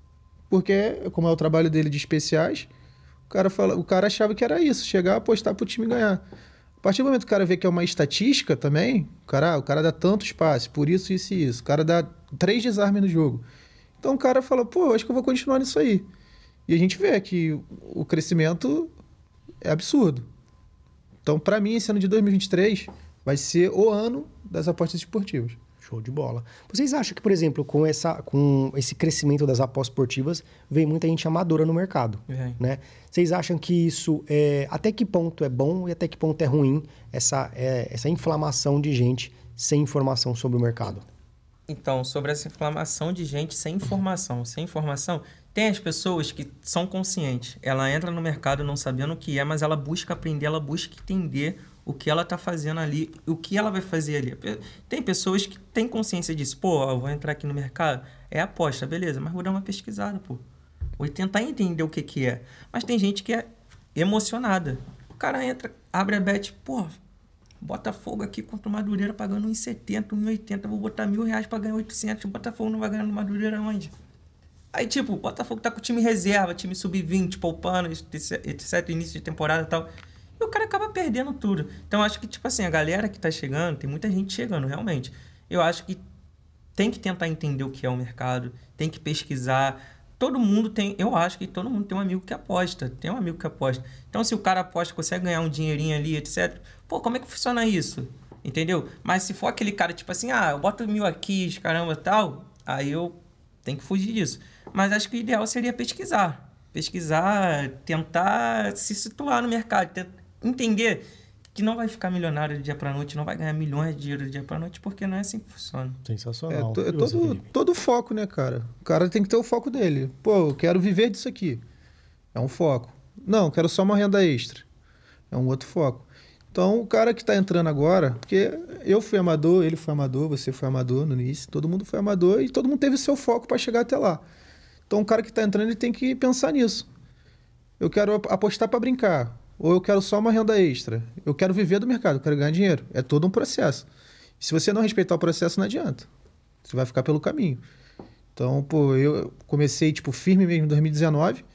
Porque, como é o trabalho dele de especiais, o cara, fala, o cara achava que era isso, chegar, apostar pro time ganhar. A partir do momento que o cara vê que é uma estatística também, o cara, o cara dá tanto espaço, por isso, isso e isso. O cara dá três desarmes no jogo. Então o cara fala, pô, acho que eu vou continuar nisso aí. E a gente vê que o crescimento é absurdo. Então, para mim, esse ano de dois mil e vinte e três vai ser o ano das apostas esportivas. Show de bola. Vocês acham que, por exemplo, com, essa, com esse crescimento das apostas esportivas, vem muita gente amadora no mercado, Vem. né? Vocês acham que isso, é, até que ponto é bom e até que ponto é ruim essa, é, essa inflamação de gente sem informação sobre o mercado? Então, sobre essa inflamação de gente sem informação. Sem informação, tem as pessoas que são conscientes. Ela entra no mercado não sabendo o que é, mas ela busca aprender, ela busca entender o que ela está fazendo ali, o que ela vai fazer ali. Tem pessoas que têm consciência disso. Pô, eu vou entrar aqui no mercado, é aposta, beleza, mas vou dar uma pesquisada, pô. Vou tentar entender o que que é. Mas tem gente que é emocionada. O cara entra, abre a bet, pô, Botafogo aqui contra o Madureira pagando um e setenta, um e oitenta, vou botar mil reais pra ganhar oitocentos, o Botafogo não vai ganhar no Madureira onde? Aí, tipo, o Botafogo tá com o time reserva, time sub vinte, poupando, etcétera, início de temporada e tal. E o cara acaba perdendo tudo. Então, eu acho que, tipo assim, a galera que tá chegando, tem muita gente chegando, realmente. Eu acho que tem que tentar entender o que é o mercado, tem que pesquisar. Todo mundo tem, eu acho que todo mundo tem um amigo que aposta, tem um amigo que aposta. Então, se o cara aposta, consegue ganhar um dinheirinho ali, etcétera. Pô, como é que funciona isso? Entendeu? Mas se for aquele cara, tipo assim, ah, eu boto mil aqui, caramba, tal, aí eu tenho que fugir disso. Mas acho que o ideal seria pesquisar. Pesquisar, tentar se situar no mercado, tentar entender que não vai ficar milionário do dia pra noite, não vai ganhar milhões de dinheiro do dia pra noite, porque não é assim que funciona. É, Sensacional. to- é E você, todo, Felipe? todo foco, né, cara? O cara tem que ter o foco dele. Pô, eu quero viver disso aqui. É um foco. Não, eu quero só uma renda extra. É um outro foco. Então, o cara que está entrando agora, porque eu fui amador, ele foi amador, você foi amador no início, todo mundo foi amador e todo mundo teve o seu foco para chegar até lá. Então, o cara que está entrando, ele tem que pensar nisso. Eu quero apostar para brincar, ou eu quero só uma renda extra. Eu quero viver do mercado, eu quero ganhar dinheiro. É todo um processo. Se você não respeitar o processo, não adianta. Você vai ficar pelo caminho. Então, pô, eu comecei, tipo, firme mesmo em dois mil e dezenove,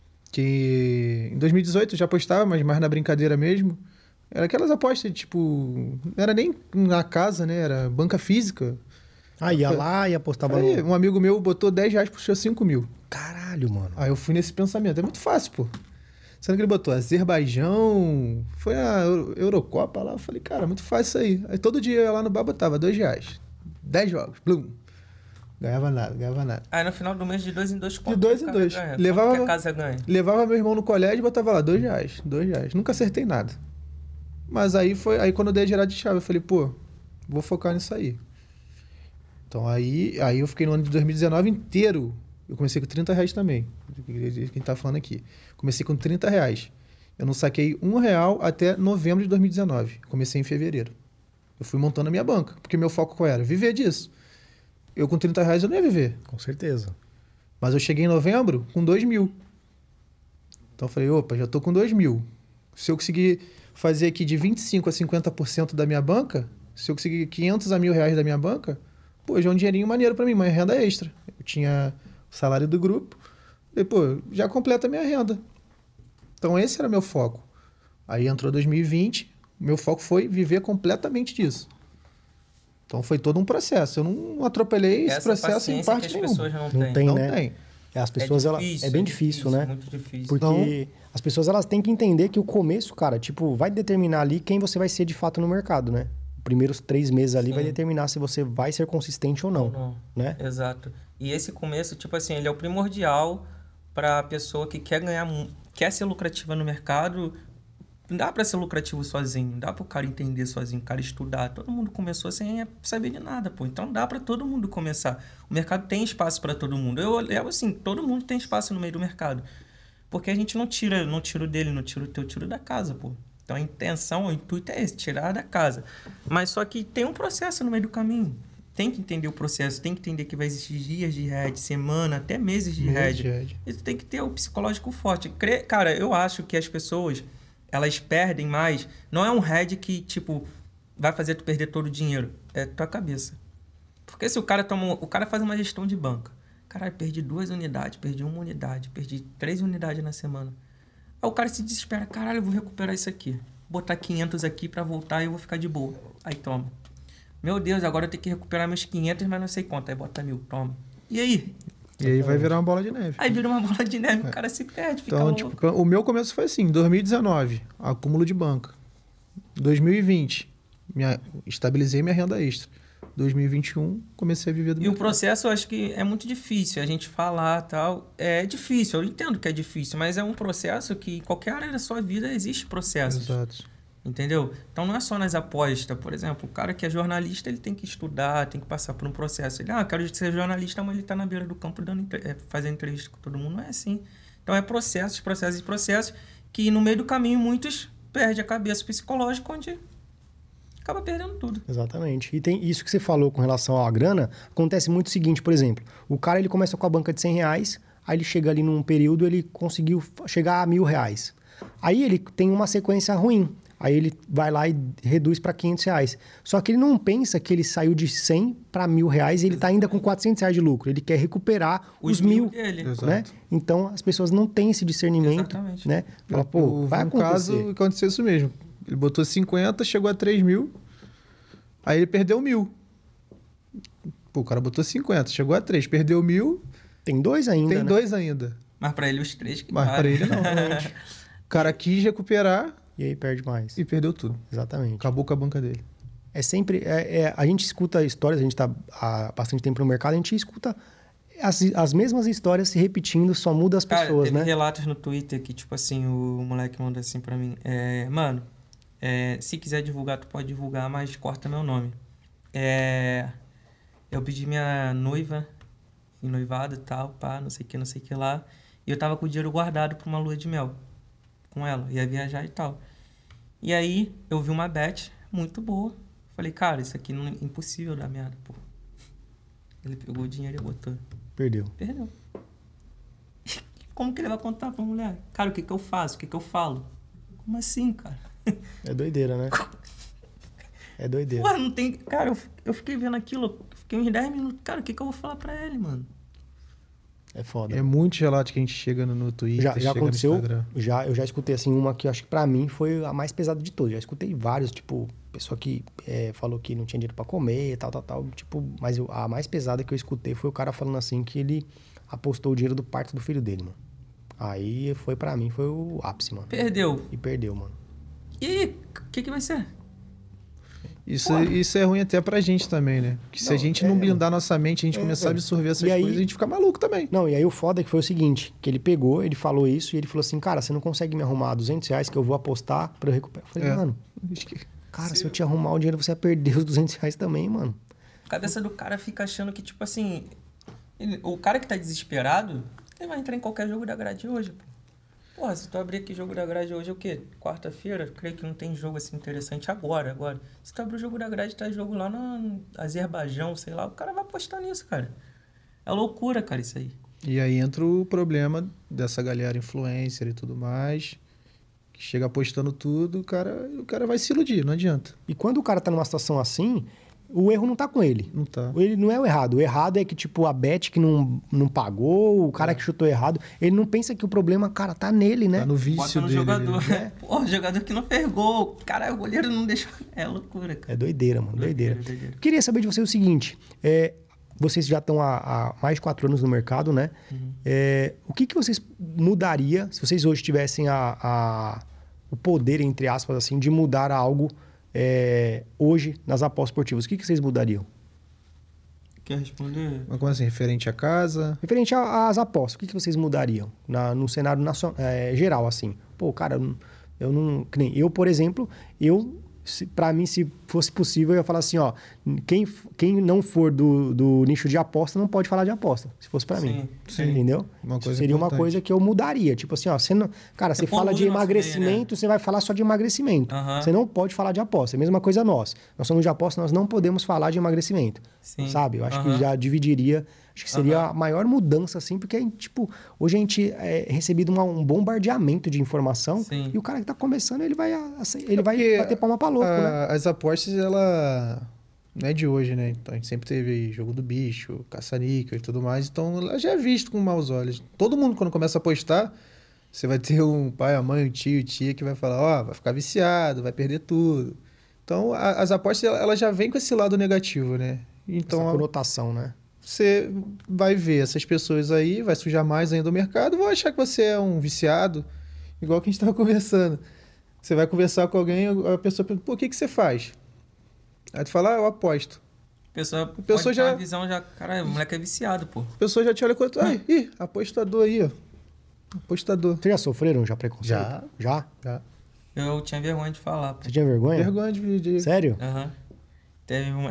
que em dois mil e dezoito eu já apostava, mas mais na brincadeira mesmo. Era aquelas apostas, tipo, não era nem na casa, né? Era banca física. Ah, ia lá e apostava Aí, no... um amigo meu botou dez reais, puxou cinco mil. Caralho, mano. Aí eu fui nesse pensamento. É muito fácil, pô. Sendo que ele botou Azerbaijão, foi a Euro- Eurocopa lá. Eu falei, cara, muito fácil isso aí. Aí todo dia eu ia lá no bar, botava dois reais. Dez jogos, blum. Ganhava nada, ganhava nada. Aí no final do mês, de dois em dois, quanto dois que em o cara dois. ganha? Levava- Quanto que a casa ganha? Levava meu irmão no colégio e botava lá, dois reais, dois reais. Nunca acertei nada. Mas aí foi, aí quando eu dei a girada de chave, eu falei, pô, vou focar nisso aí. Então aí, aí eu fiquei no ano de dois mil e dezenove inteiro. Eu comecei com trinta reais também. Quem tá falando aqui. Comecei com trinta reais. Eu não saquei um real até novembro de dois mil e dezenove. Comecei em fevereiro. Eu fui montando a minha banca, porque meu foco qual era? Viver disso. Eu com trinta reais eu não ia viver. Com certeza. Mas eu cheguei em novembro com dois mil. Então eu falei, opa, já tô com dois mil. Se eu conseguir fazer aqui de vinte e cinco por cento a cinquenta por cento da minha banca, se eu conseguir quinhentos a mil reais da minha banca, pô, já é um dinheirinho maneiro para mim, uma renda extra. Eu tinha o salário do grupo, e pô, já completa a minha renda. Então esse era meu foco. Aí entrou dois mil e vinte, meu foco foi viver completamente disso. Então foi todo um processo. Eu não atropelei esse Essa processo em parte que as nenhuma. pessoas não, Não têm. tem, Não né? tem. É, as pessoas, é, ela, difícil, é bem é difícil, difícil, né? Muito difícil. Porque Então- as pessoas elas têm que entender que o começo, cara, tipo, vai determinar ali quem você vai ser de fato no mercado, né? Os primeiros três meses ali Sim. vai determinar se você vai ser consistente ou não, Ou não. né? Exato. E esse começo, tipo assim, ele é o primordial para a pessoa que quer ganhar, mu- quer ser lucrativa no mercado. Não dá para ser lucrativo sozinho, não dá para o cara entender sozinho, o cara estudar. Todo mundo começou sem saber de nada, pô. Então dá para todo mundo começar. O mercado tem espaço para todo mundo. Eu levo assim, todo mundo tem espaço no meio do mercado. Porque a gente não tira, não tira o dele, não tira o teu, tira o da casa, pô. Então a intenção, o intuito é esse, tirar da casa. Mas só que tem um processo no meio do caminho. Tem que entender o processo, tem que entender que vai existir dias de head, semana, até meses de Meses head. de head. E tu tem que ter o psicológico forte. Cre- Cara, eu acho que as pessoas, elas perdem mais. Não é um head que, tipo, vai fazer tu perder todo o dinheiro. É tua cabeça. Porque se o cara toma, o cara faz uma gestão de banca. Caralho, perdi duas unidades, perdi uma unidade, perdi três unidades na semana. Aí o cara se desespera. Caralho, eu vou recuperar isso aqui. Vou botar quinhentos aqui pra voltar e eu vou ficar de boa. Aí toma. Meu Deus, agora eu tenho que recuperar meus quinhentos, mas não sei quanto. Aí bota mil, toma. E aí? E aí vai virar uma bola de neve. Aí vira uma bola de neve, o cara se perde, fica Então, louco. tipo, o meu começo foi assim, dois mil e dezenove, acúmulo de banca. dois mil e vinte, minha, estabilizei minha renda extra. dois mil e vinte e um, comecei a viver do E o mercado. processo, eu acho que é muito difícil a gente falar tal. É difícil, eu entendo que é difícil, mas é um processo que em qualquer área da sua vida existe processos. Exato. Entendeu? Então não é só nas apostas. Por exemplo, o cara que é jornalista, ele tem que estudar, tem que passar por um processo. Ele, ah, eu quero ser jornalista, mas ele está na beira do campo dando, entre- é, fazendo entrevista com todo mundo. Não é assim. Então é processos, processos e processos que no meio do caminho muitos perdem a cabeça psicológica, onde acaba perdendo tudo. Exatamente. E tem isso que você falou com relação à grana, acontece muito o seguinte, por exemplo, o cara ele começa com a banca de cem reais, aí ele chega ali num período, ele conseguiu chegar a mil reais. Aí ele tem uma sequência ruim. Aí ele vai lá e reduz para quinhentos reais. Só que ele não pensa que ele saiu de cem para mil reais e ele está ainda com quatrocentos reais de lucro. Ele quer recuperar os, Os mil, mil dele. Exato. né? Então as pessoas não têm esse discernimento, Exatamente. né? Fala, Eu- pô, eu vai vi um acontecer. caso, aconteceu isso mesmo. Ele botou cinquenta, chegou a três mil, aí ele perdeu mil. Pô, o cara botou cinquenta, chegou a três, perdeu mil, Tem dois ainda, tem né? dois ainda. Mas para ele, os três que Mas para valem. ele não, realmente. O cara quis recuperar E aí perde mais. e perdeu tudo. Exatamente. Acabou com a banca dele. É sempre. É, é- a gente escuta histórias, a gente está há bastante tempo no mercado, a gente escuta as, as mesmas histórias se repetindo, só muda as Cara, pessoas, teve né? relatos no Twitter que, tipo assim, o moleque manda assim pra mim. É, mano, é, se quiser divulgar, tu pode divulgar, mas corta meu nome. É, eu pedi minha noiva em noivado e tal, pá, não sei o que, não sei o que lá. E eu tava com o dinheiro guardado pra uma lua de mel com ela. Ia viajar e tal. E aí, eu vi uma bet muito boa. Falei, cara, isso aqui não é impossível dar merda, pô. Ele pegou o dinheiro e botou. Perdeu. Perdeu. Como que ele vai contar pra mulher? Cara, o que que eu faço? O que que eu falo? Como assim, cara? É doideira, né? É doideira. Pô, não tem... Cara, eu, eu fiquei vendo aquilo, eu fiquei uns dez minutos. Cara, o que que eu vou falar pra ele, mano? É foda. É muitos relatos que a gente chega no, no Twitter, Já, já chega aconteceu, no Instagram. já, eu já escutei assim uma que eu acho que pra mim foi a mais pesada de todas. Já escutei vários, tipo, pessoa que é, falou que não tinha dinheiro pra comer, tal, tal, tal. Tipo, mas eu- a mais pesada que eu escutei foi o cara falando assim que ele apostou o dinheiro do parto do filho dele, mano. Aí foi pra mim, foi o ápice, mano. Perdeu. E perdeu, mano. E aí, o que que vai ser? Isso, Porra. isso é ruim até pra gente também, né? Que se Não, a gente é- não blindar nossa mente, a gente é, começar a é. absorver essas E aí- coisas, a gente fica maluco também. Não, e aí o foda é que foi o seguinte, que ele pegou, ele falou isso e ele falou assim, cara, você não consegue me arrumar duzentos reais que eu vou apostar pra eu recuperar. Eu falei, É. mano, Acho que- cara, se eu te arrumar o dinheiro, você vai perder os duzentos reais também, mano. A cabeça do cara fica achando que, tipo assim... ele- o cara que tá desesperado, ele vai entrar em qualquer jogo da grade hoje, pô. Porra, se tu abrir aqui jogo da grade hoje é o quê? Quarta-feira? Creio que não tem jogo assim interessante agora, agora. Se tu abrir o jogo da grade, tá jogo lá no Azerbaijão, sei lá, o cara vai apostar nisso, cara. É loucura, cara, isso aí. E aí entra o problema dessa galera influencer e tudo mais, que chega apostando tudo, o cara, o cara vai se iludir, não adianta. E quando o cara tá numa situação assim, o erro não tá com ele. Não tá. Ele não é o errado. O errado é que, tipo, a bet que não, não pagou, o cara é. que chutou errado, ele não pensa que o problema, cara, tá nele, né? Tá no vício Bota no dele. jogador. Né? Pô, o jogador que não fez gol. Caralho, o goleiro não deixou. É loucura, cara. É doideira, mano. Doideira. doideira, doideira. Queria saber de você o seguinte. É, vocês já estão há, há mais de quatro anos no mercado, né? Uhum. É, o que, que vocês mudaria se vocês hoje tivessem a, a, o poder, entre aspas, assim, de mudar algo é, hoje nas apostas esportivas? O que, que vocês mudariam? Quer responder? Uma coisa assim, referente à casa. Referente a- às apostas, o que, que vocês mudariam na, no cenário nacional, é, geral, assim? Pô, cara, eu não- eu não... Que nem eu, por exemplo, eu... Se, pra mim, se fosse possível, eu ia falar assim, ó... Quem, quem não for do, do nicho de aposta, não pode falar de aposta. Se fosse pra Sim, mim. sim. Entendeu? Uma coisa Seria importante. uma coisa que eu mudaria. Tipo assim, ó... Você não, cara, você Você fala de polui o nosso emagrecimento, meio, né? você vai falar só de emagrecimento. Aham. Você não pode falar de aposta. É a mesma coisa nós. Nós somos de aposta, nós não podemos falar de emagrecimento. Sim. Sabe? Eu acho que Aham. já dividiria... Acho que seria Aham. a maior mudança, assim, porque, tipo, hoje a gente é recebido uma- um bombardeamento de informação Sim. e o cara que tá começando, ele vai, ace- ele vai Porque bater palma pra louco, a- né? As apostas, ela não é de hoje, né? Então a gente sempre teve aí jogo do bicho, caça-níquel e tudo mais. Então ela já é visto com maus olhos. Todo mundo, quando começa a apostar, você vai ter um pai, a mãe, um tio, tia que vai falar, ó, vai ficar viciado, vai perder tudo. Então a- as apostas, ela ela já vem com esse lado negativo, né? Então Essa a- conotação, né? você vai ver essas pessoas aí, vai sujar mais ainda o mercado, vão achar que você é um viciado, igual que a gente estava conversando. Você vai conversar com alguém, a pessoa pergunta, pô, o que, que você faz? Aí tu fala, ah, eu aposto. A pessoa, pessoa pode ter já- uma visão já... Cara, o moleque é viciado, pô. A pessoa já te olha com outro, ai, ih, apostador aí, ó. Apostador. Vocês já sofreram já preconceito? Já. Já? Já. Eu tinha vergonha de falar, pô. Você tinha vergonha? Vergonha de... de... Sério? Aham. Teve uma...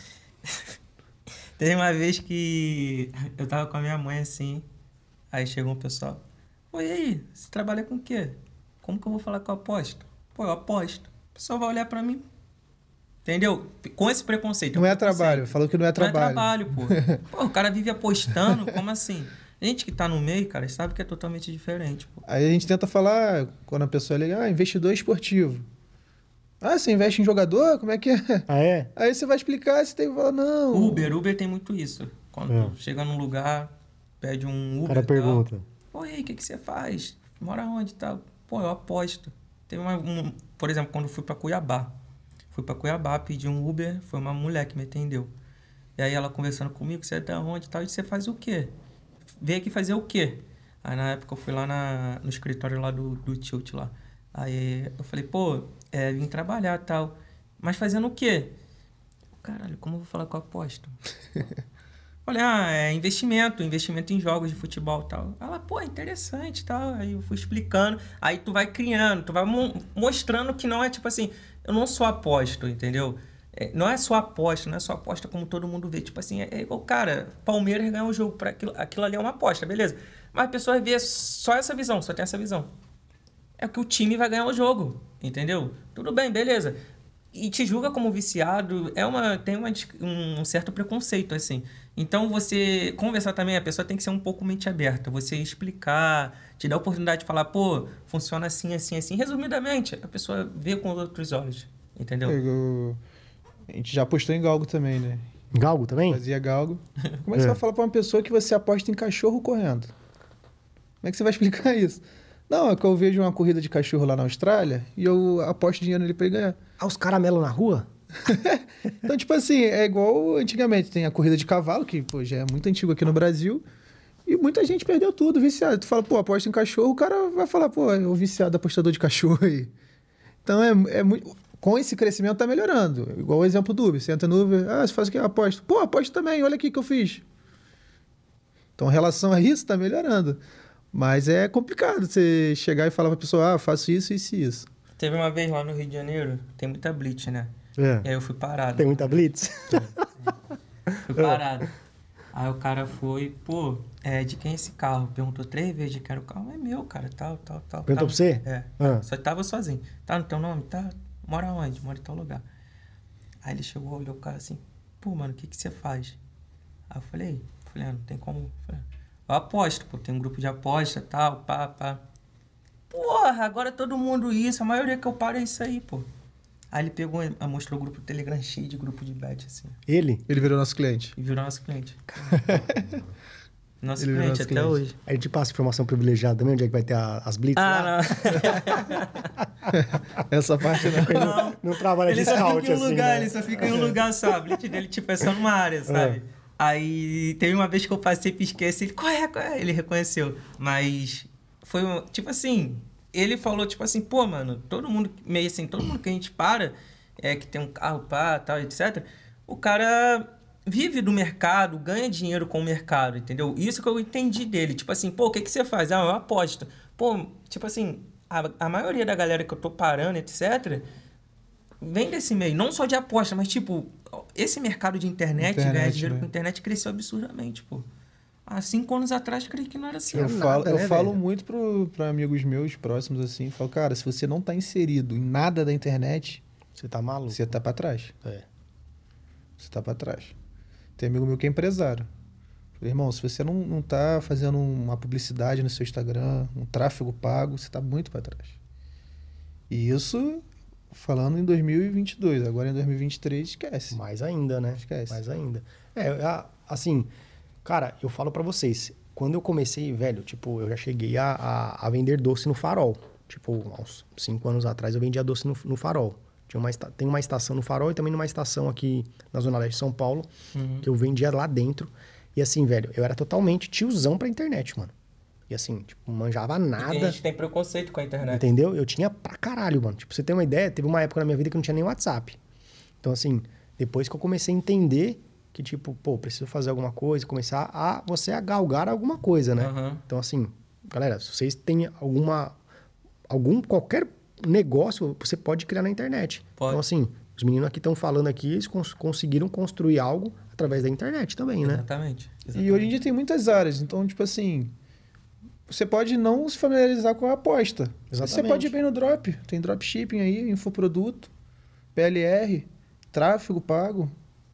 Teve uma vez que eu tava com a minha mãe, assim, aí chegou um pessoal, pô, e aí, você trabalha com o quê? Como que eu vou falar que eu aposto? Pô, eu aposto. O pessoal vai olhar pra mim, entendeu? Com esse preconceito. Não é preconceito. trabalho, falou que não é trabalho. Não é trabalho, pô. Pô, o cara vive apostando, como assim? A gente que tá no meio, cara, sabe que é totalmente diferente, pô. Aí a gente tenta falar, quando a pessoa liga, ah, investidor esportivo. Ah, você investe em jogador? Como é que é? Ah, é? Aí você vai explicar, você tem que falar, não. Uber, Uber tem muito isso. Quando É. tu chega num lugar, pede um Uber O cara e tal. pergunta. Pô, e aí, o que, que você faz? Mora onde e tal? Pô, eu aposto. Teve uma, um, por exemplo, quando eu fui pra Cuiabá. Fui pra Cuiabá, pedi um Uber, foi uma mulher que me atendeu. E aí ela conversando comigo, você é da onde e tal, e você faz o quê? Veio aqui fazer o quê? Aí na época eu fui lá na, no escritório lá do, do Tilt lá. Aí eu falei, pô, é, vim trabalhar e tal. Mas fazendo o quê? Caralho, como eu vou falar que eu aposto? Falei, ah, é investimento, investimento em jogos de futebol e tal. Ela, pô, interessante e tal. Aí eu fui explicando. Aí tu vai criando, tu vai mo- mostrando que não é tipo assim, eu não só aposto, entendeu? É, não é só aposta, não é só aposta como todo mundo vê. Tipo assim, é, é igual, cara, Palmeiras ganhar um jogo, para aquilo, aquilo ali é uma aposta, beleza. Mas a pessoa vê só essa visão, só tem essa visão. É que o time vai ganhar o jogo, entendeu? Tudo bem, beleza. E te julga como viciado, é uma, tem uma, um certo preconceito, assim. Então, você conversar também, a pessoa tem que ser um pouco mente aberta. Você explicar, te dar a oportunidade de falar, pô, funciona assim, assim, assim. Resumidamente, a pessoa vê com outros olhos, entendeu? Eu- A gente já apostou em galgo também, né? Galgo também? Fazia galgo. Como é que você É. vai falar pra uma pessoa que você aposta em cachorro correndo? Como é que você vai explicar isso? Não, é que eu vejo uma corrida de cachorro lá na Austrália e eu aposto dinheiro nele pra ele ganhar. Ah, os caramelos na rua? Então, tipo assim, é igual antigamente. Tem a corrida de cavalo, que pô, já é muito antigo aqui no Brasil. E muita gente perdeu tudo, viciado. Tu fala, pô, aposta em cachorro, o cara vai falar, pô, é o viciado apostador de cachorro aí. Então, é, é muito... Com esse crescimento tá melhorando. Igual o exemplo do Uber. Você entra no Uber, ah, você faz o quê? Aposto. Pô, aposto também, olha aqui que eu fiz. Então, em relação a isso, tá melhorando. Mas é complicado você chegar e falar pra pessoa, ah, faço isso, isso e isso. Teve uma vez lá no Rio de Janeiro, tem muita blitz, né? É. E aí eu fui parado. Tem muita blitz? Fui parado. Aí o cara foi, pô, é, de quem é esse carro? Perguntou três vezes de quem era o carro. É meu, cara, tal, tal, tal. Perguntou Tava- pra você? É. Ah. Só tava sozinho. Tá no teu nome? Tá. Mora onde? Mora em tal lugar. Aí ele chegou, olhou o cara assim, pô, mano, o que que você faz? Aí eu falei, falei, ah, não tem como. Falei, eu aposto, pô, tem um grupo de aposta, tal, pá, pá. Porra, agora todo mundo isso, a maioria que eu paro é isso aí, pô. Aí ele pegou, e mostrou o grupo do Telegram cheio de grupo de bet, assim. Ele? Ele virou nosso cliente. E virou nosso cliente. Nosso Ele virou cliente nosso até cliente. hoje. A gente passa informação privilegiada também, onde é que vai ter a- as blitz lá? Ah, não. Essa parte não. Não. Não trabalha de Ele só scout fica em um assim, lugar, né? ele só fica em um lugar só. A blitz dele, tipo, é só numa área, sabe? Aí teve uma vez que eu passei e pisquei assim, ele, qual é, qual é? Ele reconheceu. Mas foi, um- tipo assim, ele falou, tipo assim, pô, mano, todo mundo, meio assim, todo mundo que a gente para, é que tem um carro, pá, tal, etcétera. O cara vive do mercado, ganha dinheiro com o mercado, entendeu? Isso que eu entendi dele. Tipo assim, pô, o que, que você faz? Ah, eu aposto. Pô, tipo assim, a, a maioria da galera que eu tô parando, etcétera, vem desse meio. Não só de aposta, mas tipo, esse mercado de internet, Internet, ganhar dinheiro né? com internet, cresceu absurdamente, pô. Há cinco anos atrás, eu creio que não era assim. Eu nada, falo, eu né, falo velho? muito pro, pra amigos meus próximos assim, falo, cara, se você não tá inserido em nada da internet, Você tá maluco? você tá pra trás. É. Você tá pra trás. Tem amigo meu que é empresário. Falei, irmão, se você não, não tá fazendo uma publicidade no seu Instagram, um tráfego pago, você tá muito pra trás. E isso falando em dois mil e vinte e dois. Agora em dois mil e vinte e três, esquece. Mais ainda, né? Esquece. Mais ainda. É, a- assim, cara, eu falo pra vocês, quando eu comecei, velho, tipo, eu já cheguei a, a, a vender doce no Farol. Tipo, há uns cinco anos atrás eu vendia doce no, no Farol. Tinha uma, esta- tem uma estação no Farol e também numa estação aqui na Zona Leste de São Paulo, Uhum. que eu vendia lá dentro. E assim, velho, eu era totalmente tiozão pra internet, mano. E assim, tipo, manjava Tem nada. gente que tem preconceito com a internet. Entendeu? Eu tinha pra caralho, mano. Tipo, pra você ter uma ideia, teve uma época na minha vida que não tinha nem WhatsApp. Então, assim, depois que eu comecei a entender que, tipo, pô, preciso fazer alguma coisa, começar a você a galgar alguma coisa, né? Aham. Então, assim, galera, se vocês têm alguma. algum. qualquer negócio, você pode criar na internet. Pode. Então, assim, os meninos aqui estão falando aqui, eles cons- conseguiram construir algo através da internet também, né? Exatamente. E hoje em dia tem muitas áreas, então, tipo assim, você pode não se familiarizar com a aposta. Você Exatamente. pode ir bem no drop. Tem dropshipping aí, infoproduto, P L R, tráfego pago.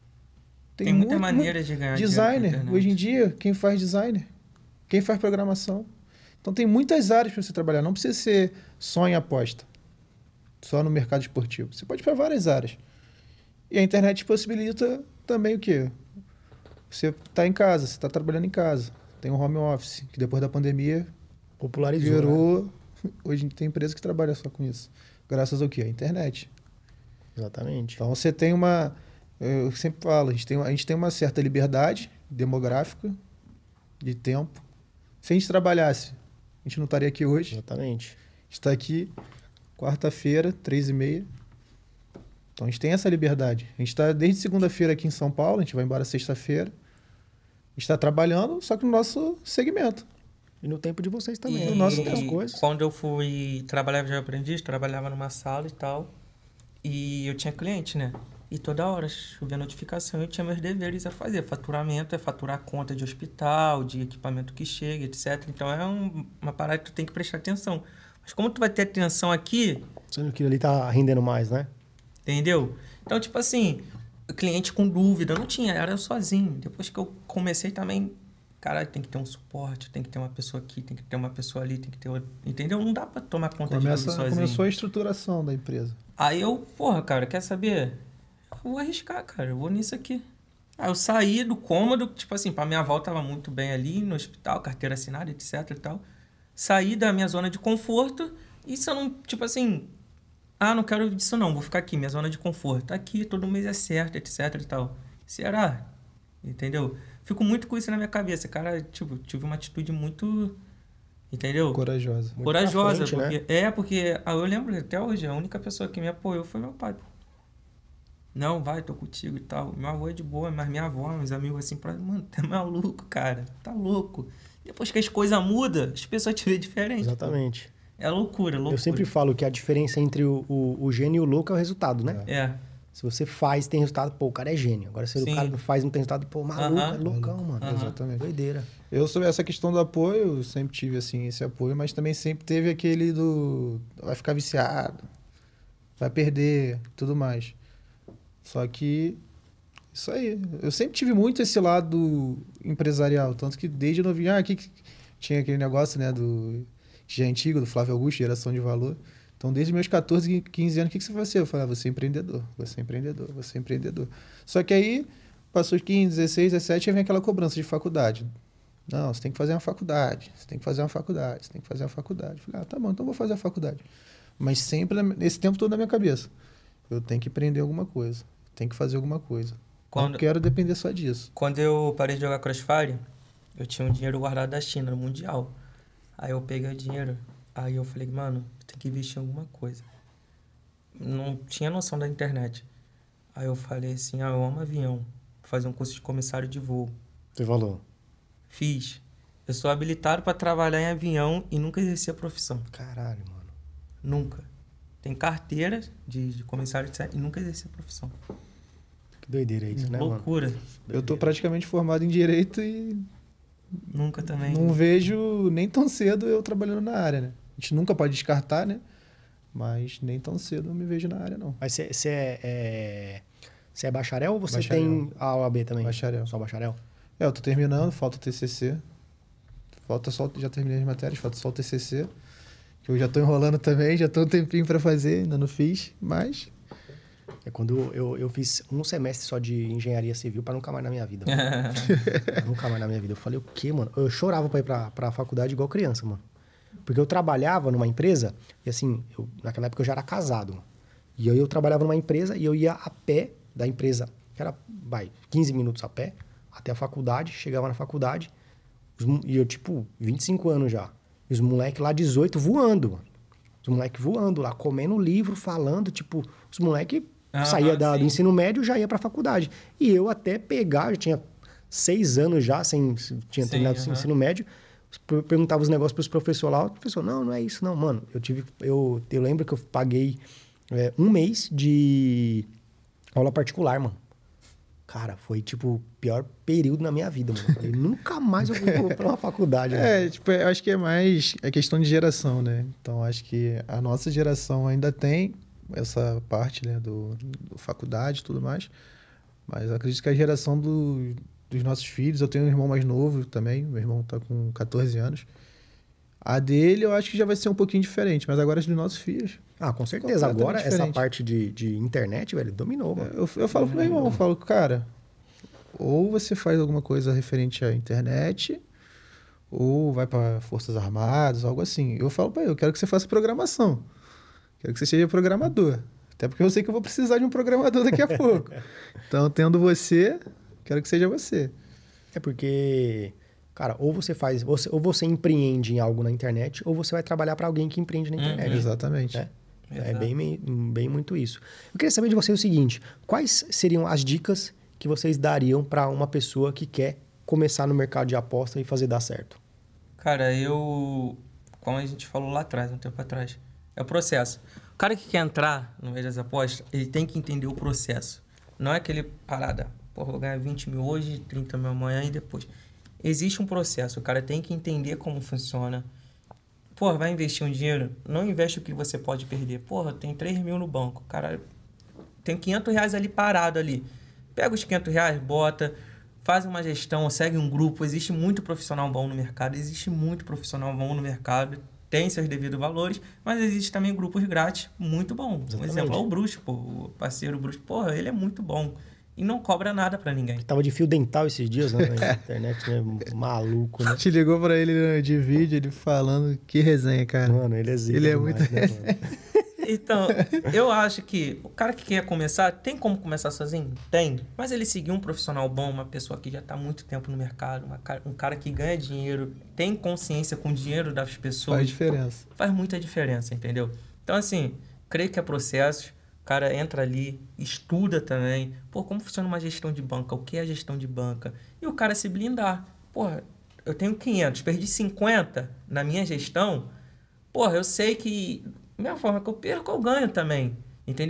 Tem, muitas muito- maneiras de ganhar dinheiro Designer, com a internet. hoje em dia, quem faz designer? Quem faz programação? Então tem muitas áreas para você trabalhar. Não precisa ser só em aposta, só no mercado esportivo. Você pode ir para várias áreas. E a internet possibilita também o quê? Você está em casa, você está trabalhando em casa. Tem um home office, que depois da pandemia Popularizou. né? virou... Hoje tem empresa que trabalha só com isso. Graças ao quê? A internet. Exatamente. Então você tem uma... Eu sempre falo, a gente tem, a gente tem uma certa liberdade demográfica, de tempo. Se a gente trabalhasse, a gente não estaria aqui hoje. Exatamente. A gente está aqui quarta-feira, três e meia. Então a gente tem essa liberdade. A gente está desde segunda-feira aqui em São Paulo, a gente vai embora sexta-feira. A gente está trabalhando, só que no nosso segmento. E no tempo de vocês também. E no nosso tem as coisas. quando eu fui trabalhar de aprendiz, trabalhava numa sala e tal, e eu tinha cliente, né? E toda hora chovia notificação, eu tinha meus deveres a fazer. Faturamento é faturar conta de hospital, de equipamento que chega, etcétera. Então é um, uma parada que tu tem que prestar atenção. Mas como tu vai ter atenção aqui, Sendo que ali tá rendendo mais, né? entendeu? Então, tipo assim, o cliente com dúvida, eu não tinha, era eu sozinho. Depois que eu comecei também, cara, tem que ter um suporte, tem que ter uma pessoa aqui, tem que ter uma pessoa ali, tem que ter outra, entendeu? Não dá pra tomar conta de Começa, tudo sozinho. começou a estruturação da empresa. Aí eu, porra, cara, quer saber? Eu vou arriscar, cara, eu vou nisso aqui. Aí eu saí do cômodo, tipo assim, pra minha avó tava muito bem ali no hospital, carteira assinada, etc e tal. Saí da minha zona de conforto e se eu não, tipo assim, ah, não quero disso não, vou ficar aqui, minha zona de conforto. Aqui, todo mês é certo, etc e tal. Será? Entendeu? Fico muito com isso na minha cabeça, cara, tipo, tive uma atitude muito, entendeu? Corajosa. Muito Corajosa, pra frente, né? porque é porque ah, eu lembro até hoje, a única pessoa que me apoiou foi meu pai. Pô. Não, vai, tô contigo e tal. Meu avô é de boa, mas minha avó, meus amigos assim, pra... mano, tá maluco, cara, tá louco. Depois que as coisas mudam, as pessoas te veem diferente. Exatamente. Pô. É loucura, loucura. Eu sempre falo que a diferença entre o, o, o gênio e o louco é o resultado, né? É. Se você faz, tem resultado, pô, o cara é gênio. Agora, se Sim. o cara não faz, não tem resultado, pô, maluco, Aham. é loucão, mano. Aham. Exatamente. Doideira. Eu, sobre essa questão do apoio, eu sempre tive, assim, esse apoio, mas também sempre teve aquele do... Vai ficar viciado, vai perder, tudo mais. Só que... Isso aí. Eu sempre tive muito esse lado empresarial. Tanto que desde novinho... Ah, aqui que tinha aquele negócio, né, do... Já antigo, do Flávio Augusto, geração de valor. Então, desde meus catorze, quinze anos, o que, que você vai ser? Eu falava, você é empreendedor, você é empreendedor, você é empreendedor. Só que aí, passou os quinze, dezesseis, dezessete, aí vem aquela cobrança de faculdade. Não, você tem que fazer uma faculdade, você tem que fazer uma faculdade, você tem que fazer uma faculdade. Eu falei, ah, tá bom, então vou fazer a faculdade. Mas sempre, nesse tempo todo na minha cabeça, eu tenho que aprender alguma coisa, tenho que fazer alguma coisa. Quando- Não quero depender só disso. Quando eu parei de jogar Crossfire, eu tinha um dinheiro guardado da China, no Mundial. Aí eu peguei o dinheiro, aí eu falei, mano, tem que investir em alguma coisa. Não tinha noção da internet. Aí eu falei assim, ah, eu amo avião. Vou fazer um curso de comissário de voo. Você falou. Fiz. Eu sou habilitado para trabalhar em avião e nunca exerci a profissão. Caralho, mano. Nunca. Tem carteira de, de comissário de e nunca exerci a profissão. Que doideira isso, né, mano? Loucura. Eu tô praticamente formado em Direito e Nunca também. não vejo nem tão cedo eu trabalhando na área, né? A gente nunca pode descartar, né? Mas nem tão cedo eu me vejo na área, não. Mas você é, é... Você é bacharel ou você Bacharel. tem a O A B também? Bacharel. Só bacharel? É, eu tô terminando, falta o T C C. Falta só, já terminei as matérias, falta só o T C C. Que eu já tô enrolando também, já tô um tempinho pra fazer, ainda não fiz, mas... É quando eu, eu fiz um semestre só de engenharia civil pra nunca mais na minha vida. Nunca mais na minha vida. Eu falei, o quê, mano? Eu chorava pra ir pra, pra faculdade igual criança, mano. Porque eu trabalhava numa empresa, e assim, eu, naquela época eu já era casado. Mano. E aí eu trabalhava numa empresa e eu ia a pé da empresa, que era, vai, quinze minutos a pé, até a faculdade, chegava na faculdade, os, e eu, tipo, vinte e cinco anos já. E os moleques lá, dezoito, voando, mano. Os moleques voando lá, comendo livro, falando, tipo, os moleques Ah, saía da, do sim. ensino médio e já ia pra faculdade. E eu até pegar, eu tinha seis anos já, sem, tinha Sim, terminado o aham. ensino médio, per- perguntava os negócios pros professores lá, o professor, não, não é isso, não, mano. Eu tive, eu, eu lembro que eu paguei é, um mês de aula particular, mano. Cara, foi, tipo, o pior período na minha vida, mano. Eu falei, nunca mais eu vou pra uma faculdade. mano. É, tipo, eu acho que é mais é questão de geração, né? Então, acho que a nossa geração ainda tem essa parte, né, do, do faculdade e tudo mais. Mas eu acredito que a geração do, dos nossos filhos, eu tenho um irmão mais novo também, meu irmão tá com catorze anos. A dele eu acho que já vai ser um pouquinho diferente, mas agora as dos nossos filhos. Ah, com certeza. Completamente Agora, essa diferente. parte de, de internet, velho, dominou, mano. Eu, eu falo pro meu irmão, eu falo, cara, ou você faz alguma coisa referente à internet, ou vai para Forças Armadas, algo assim. Eu falo para ele, eu quero que você faça programação. Quero que você seja programador. Até porque eu sei que eu vou precisar de um programador daqui a pouco. Então, tendo você, quero que seja você. É porque, cara, ou você faz, você, ou você empreende em algo na internet, ou você vai trabalhar para alguém que empreende na internet. Exatamente. É, é Exato. bem, mei- bem muito isso. Eu queria saber de você o seguinte: quais seriam as dicas que vocês dariam para uma pessoa que quer começar no mercado de aposta e fazer dar certo? Cara, eu... Como a gente falou lá atrás, um tempo atrás. É o processo. O cara que quer entrar no meio das apostas, ele tem que entender o processo. Não é aquele parada, pô, vou ganhar vinte mil hoje, trinta mil amanhã e depois. Existe um processo. O cara tem que entender como funciona. Pô, vai investir um dinheiro? Não investe o que você pode perder. Porra, tem três mil no banco. Cara, tem quinhentos reais ali parado ali. Pega os quinhentos reais, bota, faz uma gestão, segue um grupo. Existe muito profissional bom no mercado, existe muito profissional bom no mercado, tem seus devidos valores, mas existe também grupos grátis muito bons. Um Exatamente. exemplo é o Bruxo, pô, o parceiro Bruxo. Porra, ele é muito bom e não cobra nada pra ninguém. Tava de fio dental esses dias, né? Na internet, né? Maluco, né? Te ligou pra ele de vídeo, ele falando, que resenha, cara. Mano, ele é zica Ele é demais, muito- né, mano? Então, eu acho que o cara que quer começar, tem como começar sozinho? Tem. Mas ele seguir um profissional bom, uma pessoa que já está há muito tempo no mercado, uma ca- um cara que ganha dinheiro, tem consciência com o dinheiro das pessoas. Faz diferença. Faz muita diferença, entendeu? Então, assim, creio que é processo. O cara entra ali, estuda também. Pô, como funciona uma gestão de banca? O que é a gestão de banca? E o cara se blindar. Porra, eu tenho quinhentos, perdi cinquenta na minha gestão. Porra, eu sei que... Da mesma forma que eu perco, eu ganho também. Entendeu?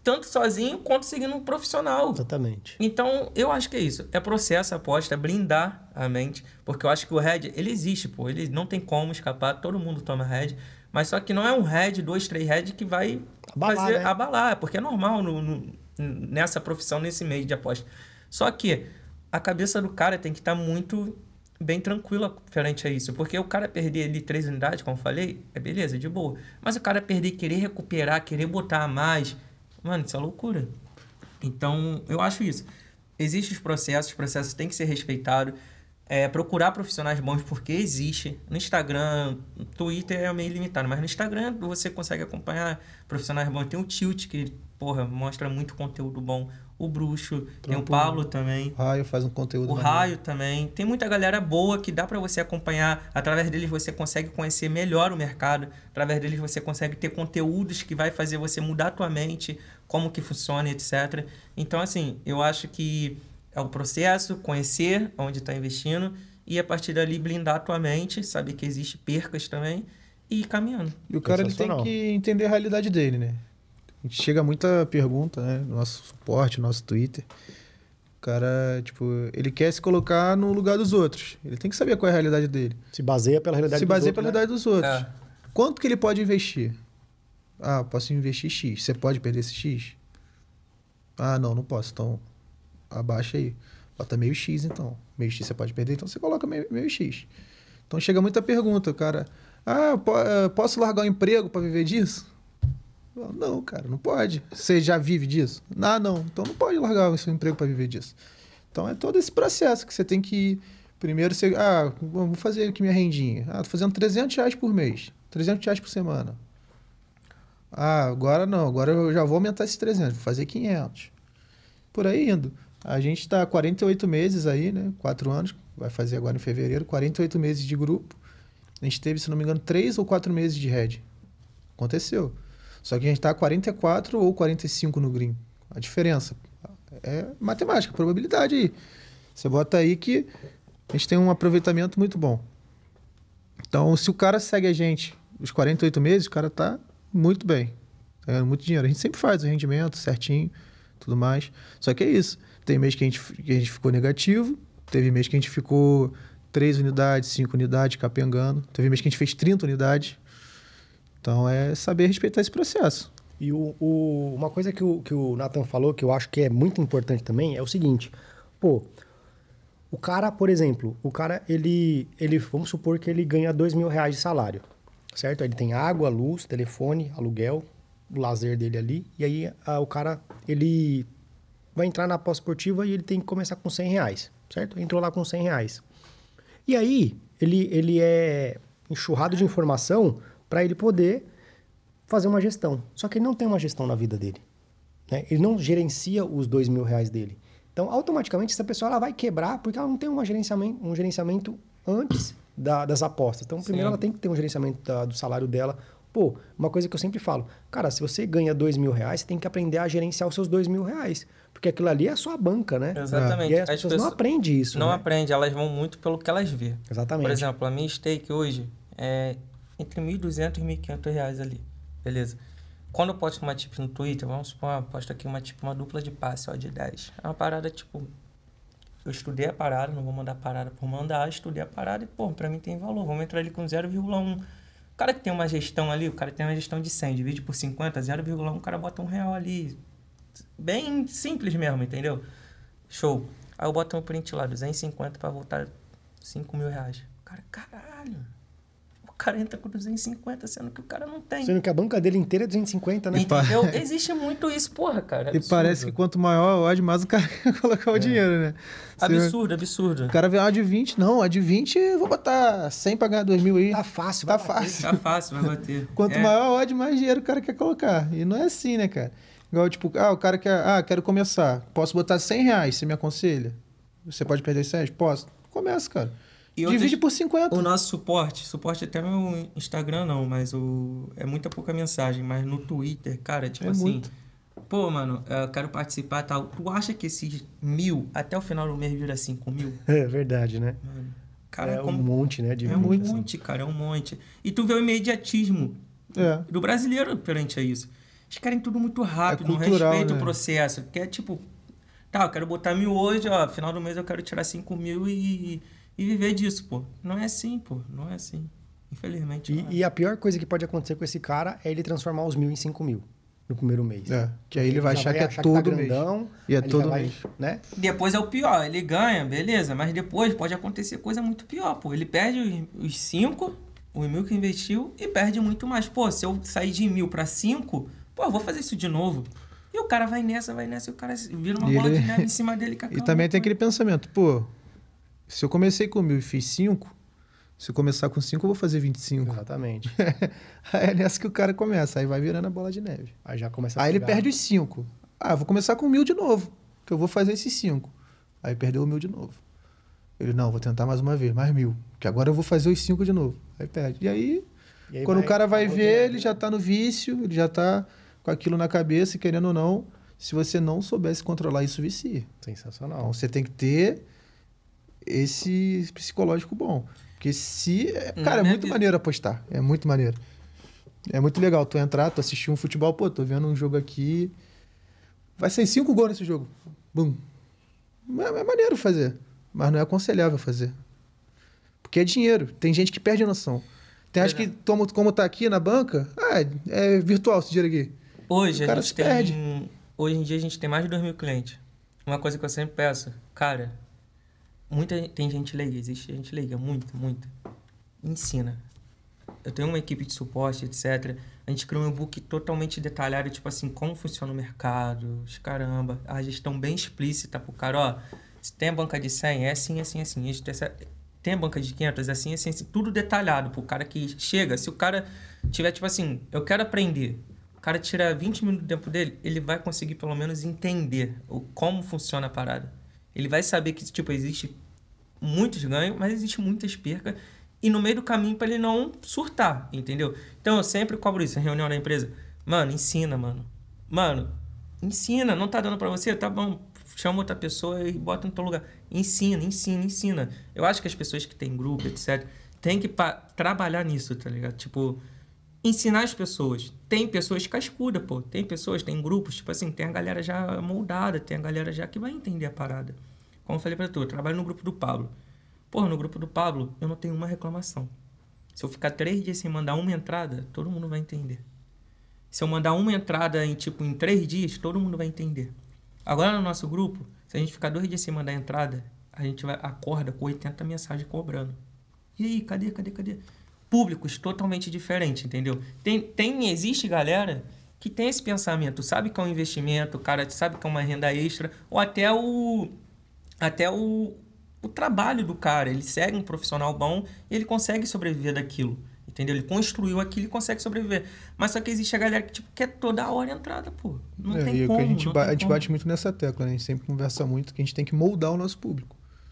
tanto sozinho quanto seguindo um profissional. Exatamente. Então, eu acho que é isso. É processo, aposta, é blindar a mente. Porque eu acho que o head, ele existe, pô. Ele não tem como escapar, todo mundo toma head. Mas só que não é um head, dois, três head que vai Abalar, fazer né? abalar. Porque é normal no, no, nessa profissão, nesse meio de aposta. Só que a cabeça do cara tem que estar muito bem tranquila frente a isso. Porque o cara perder ali três unidades, como eu falei, é beleza, de boa. Mas o cara perder, querer recuperar, querer botar a mais... Mano, isso é loucura. Então, eu acho isso. Existem os processos, os processos têm que ser respeitados. É, procurar profissionais bons, porque existe. No Instagram, no Twitter é meio limitado, mas no Instagram você consegue acompanhar profissionais bons. Tem o Tilt, que, porra, mostra muito conteúdo bom. O Bruxo, tem o Pablo também. O Raio faz um conteúdo O maneiro. Raio também. Tem muita galera boa que dá pra você acompanhar. Através deles você consegue conhecer melhor o mercado. Através deles você consegue ter conteúdos que vai fazer você mudar a tua mente, como que funciona, etcétera. Então, assim, eu acho que é o processo, conhecer onde está investindo e a partir dali blindar a tua mente, saber que existe percas também e ir caminhando. E o cara ele tem Sensacional. que entender a realidade dele, né? A gente chega muita pergunta, né? No nosso suporte, no nosso Twitter. O cara, tipo, ele quer se colocar no lugar dos outros. Ele tem que saber qual é a realidade dele. Se baseia pela realidade se dos baseia outros, pela né? realidade dos outros. É. Quanto que ele pode investir? Ah, posso investir X. Você pode perder esse X? Ah, não, não posso. Então, abaixa aí. Bota meio X, então. Meio X você pode perder, então você coloca meio, meio X. Então chega muita pergunta, cara. Ah, po- eh, posso largar o emprego para viver disso? Não, cara, não pode. Você já vive disso? Ah, não. Então não pode largar o seu emprego para viver disso. Então é todo esse processo que você tem que... Primeiro você... Ah, vou fazer aqui minha rendinha. Ah, tô fazendo trezentos reais por mês. trezentos reais por semana. Ah, agora não. Agora eu já vou aumentar esses trezentos. Vou fazer quinhentos. Por aí indo. A gente está há quarenta e oito meses aí, né? Quatro anos. Vai fazer agora em fevereiro. quarenta e oito meses de grupo. A gente teve, se não me engano, três ou quatro meses de head. Aconteceu. Só que a gente está há quarenta e quatro ou quarenta e cinco no green. A diferença é matemática, probabilidade aí. Você bota aí que a gente tem um aproveitamento muito bom. Então, se o cara segue a gente os quarenta e oito meses, o cara tá muito bem. Tá ganhando muito dinheiro. A gente sempre faz o rendimento certinho, tudo mais. Só que é isso. Tem mês que a gente, que a gente ficou negativo, teve mês que a gente ficou três unidades, cinco unidades, capengando. Teve mês que a gente fez trinta unidades. Então, é saber respeitar esse processo. E o, o- uma coisa que o, que o Nathan falou, que eu acho que é muito importante também, é o seguinte. Pô, o cara, por exemplo, o cara, ele, ele vamos supor que ele ganha dois mil reais de salário, certo? Ele tem água, luz, telefone, aluguel, o lazer dele ali. E aí ah, o cara, ele vai entrar na pós-esportiva e ele tem que começar com cem reais, certo? Entrou lá com cem reais. E aí, ele, ele é enxurrado de informação para ele poder fazer uma gestão. Só que ele não tem uma gestão na vida dele, né? Ele não gerencia os dois mil reais dele. Então, automaticamente, essa pessoa ela vai quebrar porque ela não tem uma gerenciamento, um gerenciamento antes da- das apostas. Então, primeiro Sim. ela tem que ter um gerenciamento da- do salário dela. Pô, uma coisa que eu sempre falo, cara, se você ganha dois mil reais, você tem que aprender a gerenciar os seus dois mil reais. Porque aquilo ali é a sua banca, né? Exatamente. E aí as, As pessoas não pessoas aprendem isso, Não né? aprende, elas vão muito pelo que elas vê. Exatamente. Por exemplo, a minha stake hoje é entre mil e duzentos e mil e quinhentos reais ali. Beleza? Quando eu posto uma tip no Twitter, vamos supor, eu posto aqui uma, tipo, uma dupla de passe, ó, de dez. É uma parada, tipo... Eu estudei a parada, não vou mandar parada por mandar, estudei a parada e, pô, pra mim tem valor. Vamos entrar ali com zero vírgula um. O cara que tem uma gestão ali, o cara tem uma gestão de cem, divide por cinquenta, zero vírgula um, o cara bota um real ali. Bem simples mesmo, entendeu? Show. Aí eu boto um print lá, duzentos e cinquenta pra voltar cinco mil reais. O cara, caralho. O cara entra com duzentos e cinquenta, sendo que o cara não tem. Sendo que a banca dele inteira é duzentos e cinquenta, né? Entendeu? Existe muito isso, porra, cara. E Absurdo. parece que quanto maior a odd, mais o cara quer colocar o dinheiro, né? Você- Absurdo, absurdo. O cara vê uma de vinte, não, a de vinte eu vou botar cem pra ganhar dois mil aí. Tá fácil, Tá vai bater. fácil. Tá fácil, vai bater. Quanto É. maior a odd, mais dinheiro o cara quer colocar. E não é assim, né, cara? Igual, tipo, ah, o cara quer, ah, quero começar. Posso botar cem reais, você me aconselha? Você pode perder cem? Posso. Começa, cara. E Divide outras- por cinquenta. O nosso suporte, suporte até meu Instagram não, mas o é muita pouca mensagem, mas no Twitter, cara, tipo É assim, muito. pô, mano, eu quero participar tal. Tu acha que esses mil até o final do mês vira cinco mil? É verdade, né? Mano, cara, é como um monte, né? De é um gente, assim. monte, cara, é um monte. E tu vê o imediatismo É. do brasileiro perante a isso. Eles querem tudo muito rápido, É cultural, não respeita né? o processo. Que é tipo, tá, eu quero botar mil hoje, ó, final do mês eu quero tirar cinco mil e, e viver disso, pô. Não é assim, pô, não é assim. Infelizmente. não é. E, e a pior coisa que pode acontecer com esse cara é ele transformar os mil em cinco mil no primeiro mês. É, que aí ele vai já achar que é achar todo tá mês. grandão, E é aí ele todo já vai, mês. né? Depois é o pior, ele ganha, beleza, mas depois pode acontecer coisa muito pior, pô. Ele perde os- os cinco, os mil que investiu e perde muito mais. Pô, se eu sair de mil pra cinco, pô, eu vou fazer isso de novo. E o cara vai nessa, vai nessa, e o cara vira uma E bola ele- de neve em cima dele. Que E acaba também tem com aquele pensamento, pô, se eu comecei com mil e fiz cinco, se eu começar com cinco, eu vou fazer vinte e cinco. Exatamente. Aí é nessa que o cara começa, aí vai virando a bola de neve. Aí já começa a Aí ele pegar. perde os cinco. Ah, vou começar com mil de novo, que eu vou fazer esses cinco. Aí perdeu o mil de novo. Ele, não, vou tentar mais uma vez, mais mil, que agora eu vou fazer os cinco de novo. Aí perde. E aí, E aí quando vai- o cara vai bola de ver, neve. ele já tá no vício, ele já tá com aquilo na cabeça, e querendo ou não, se você não soubesse controlar isso, vicia. Sensacional. Então você tem que ter esse psicológico bom. Porque se. Na Cara, é minha muito vida- maneiro apostar. É muito maneiro. É muito legal tu entrar, tu assistir um futebol, pô, tô vendo um jogo aqui. Vai sair cinco gols nesse jogo. Bum. É, é maneiro fazer. Mas não é aconselhável fazer. Porque é dinheiro. Tem gente que perde a noção. Tem gente que, Verdade. toma, como tá aqui na banca, ah, é, é virtual esse dinheiro aqui. Hoje O a cara gente se tem. perde. Hoje em dia a gente tem mais de dois mil clientes. Uma coisa que eu sempre peço, cara, muita tem gente leiga, existe gente leiga, muito, muito. Ensina. Eu tenho uma equipe de suporte, etcétera. A gente criou um e-book totalmente detalhado, tipo assim, como funciona o mercado, os caramba, a gestão bem explícita pro cara, ó, se tem a banca de cem, é assim, assim, assim. Isso, essa- Tem a banca de quinhentos, é assim, assim, assim. Tudo detalhado pro cara que chega. Se o cara tiver, tipo assim, eu quero aprender, o cara tira vinte minutos do tempo dele, ele vai conseguir pelo menos entender o, como funciona a parada. Ele vai saber que, tipo, existe muitos ganhos, mas existe muitas percas. E no meio do caminho para ele não surtar, entendeu? Então eu sempre cobro isso em reunião da empresa. Mano, ensina, mano. Mano, ensina. Não tá dando para você? Tá bom. Chama outra pessoa e bota no teu lugar. Ensina, ensina, ensina. Eu acho que as pessoas que têm grupo, etcétera, tem que pa- trabalhar nisso, tá ligado? Tipo, ensinar as pessoas. Tem pessoas cascuda, pô. Tem pessoas, tem grupos, tipo assim, tem a galera já moldada, tem a galera já que vai entender a parada. Como eu falei pra tu, eu trabalho no grupo do Pablo. Porra, no grupo do Pablo, eu não tenho uma reclamação. Se eu ficar três dias sem mandar uma entrada, todo mundo vai entender. Se eu mandar uma entrada em, tipo, em três dias, todo mundo vai entender. Agora, no nosso grupo, se a gente ficar dois dias sem mandar entrada, a gente vai, acorda com oitenta mensagens cobrando. E aí, cadê, cadê, cadê? Públicos totalmente diferentes, entendeu? Tem, tem, existe galera que tem esse pensamento, sabe que é um investimento, o cara sabe que é uma renda extra, ou até o... Até o... o trabalho do cara, ele segue um profissional bom e ele consegue sobreviver daquilo, entendeu? Ele construiu aquilo e consegue sobreviver. Mas só que existe a galera que tipo, quer toda hora entrada, pô. Não É, tem e o como, que a gente, não ba- tem a gente como. bate muito nessa tecla, né? A gente sempre conversa muito que a gente tem que moldar o nosso público.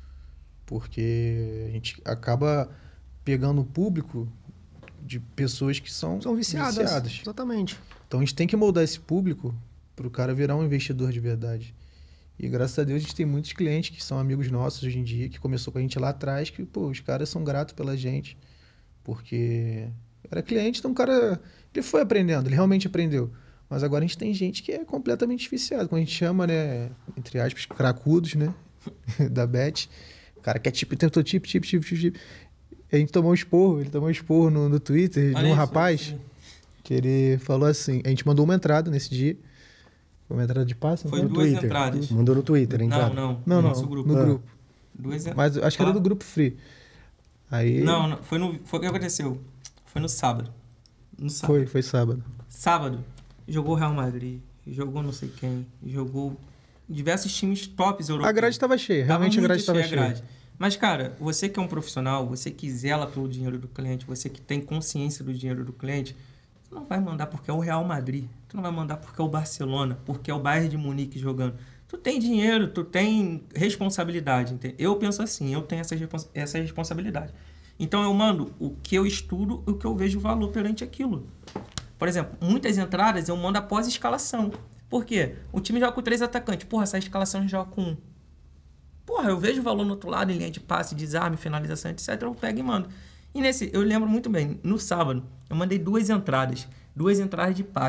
Porque a gente acaba pegando o público de pessoas que são, São viciadas. viciadas. Exatamente. Então a gente tem que moldar esse público para o cara virar um investidor de verdade. E graças a Deus a gente tem muitos clientes que são amigos nossos hoje em dia, que começou com a gente lá atrás, que, pô, os caras são gratos pela gente, porque era cliente, então o cara, ele foi aprendendo, ele realmente aprendeu. Mas agora a gente tem gente que é completamente viciado, como a gente chama, né, entre aspas, cracudos, né, da Bet. O cara quer tipo, tentou tipo, tipo, tipo, tipo, tipo. A gente tomou um esporro, ele tomou um esporro no, no Twitter de Olha um isso, rapaz olha isso. que ele falou assim, a gente mandou uma entrada nesse dia, uma entrada de passe, Foi não duas Twitter. entradas. Mandou no Twitter, hein, Não, cara? não. Não, no não, nosso grupo. no Ah. grupo. Duas en- Mas acho que era Ah. do grupo Free. Aí Não, não, foi, no, foi o que aconteceu. Foi no sábado. No sábado. foi, foi sábado. Sábado, jogou Real Madrid, jogou não sei quem, jogou diversos times tops europeus. A grade estava cheia, Tava realmente a muito grade estava cheia a cheia. grade. Mas, cara, você que é um profissional, você que zela pelo dinheiro do cliente, você que tem consciência do dinheiro do cliente, tu não vai mandar porque é o Real Madrid, tu não vai mandar porque é o Barcelona, porque é o Bayern de Munique jogando. Tu tem dinheiro, tu tem responsabilidade. Entende? Eu penso assim, eu tenho essa, respons- essa responsabilidade. Então eu mando o que eu estudo e o que eu vejo valor perante aquilo. Por exemplo, muitas entradas eu mando após escalação. Por quê? O time joga com três atacantes. Porra, essa escalação a gente joga com um. Porra, eu vejo valor no outro lado, em linha de passe, desarme, finalização, etcétera. Eu pego e mando. E nesse, eu lembro muito bem, no sábado, eu mandei duas entradas. Duas entradas de passe.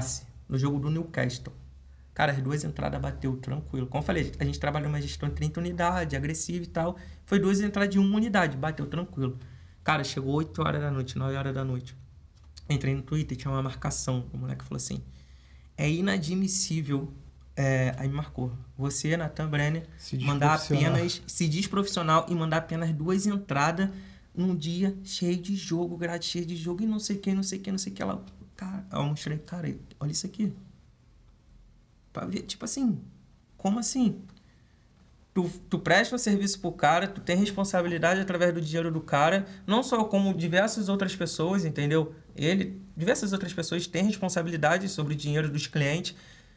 no jogo do Newcastle. Cara, as duas entradas bateu tranquilo. Como eu falei, a gente trabalha uma gestão de trinta unidades, agressiva e tal. Foi duas entradas de uma unidade, bateu tranquilo. Cara, chegou oito horas da noite, nove horas da noite. Entrei no Twitter, tinha uma marcação. O moleque falou assim, é inadmissível, é, aí me marcou, você, Nathan Brenner, mandar apenas, se diz profissional e mandar apenas duas entradas num dia cheio de jogo, grátis, cheio de jogo e não sei o que, não sei o que, não sei o que. Ela, cara, eu mostrei, cara, olha isso aqui. Pra ver, tipo assim, como assim? Tu, tu presta um serviço pro cara, tu tem responsabilidade através do dinheiro do cara, não só como diversas outras pessoas, entendeu? Ele, diversas outras pessoas têm responsabilidade sobre o dinheiro dos clientes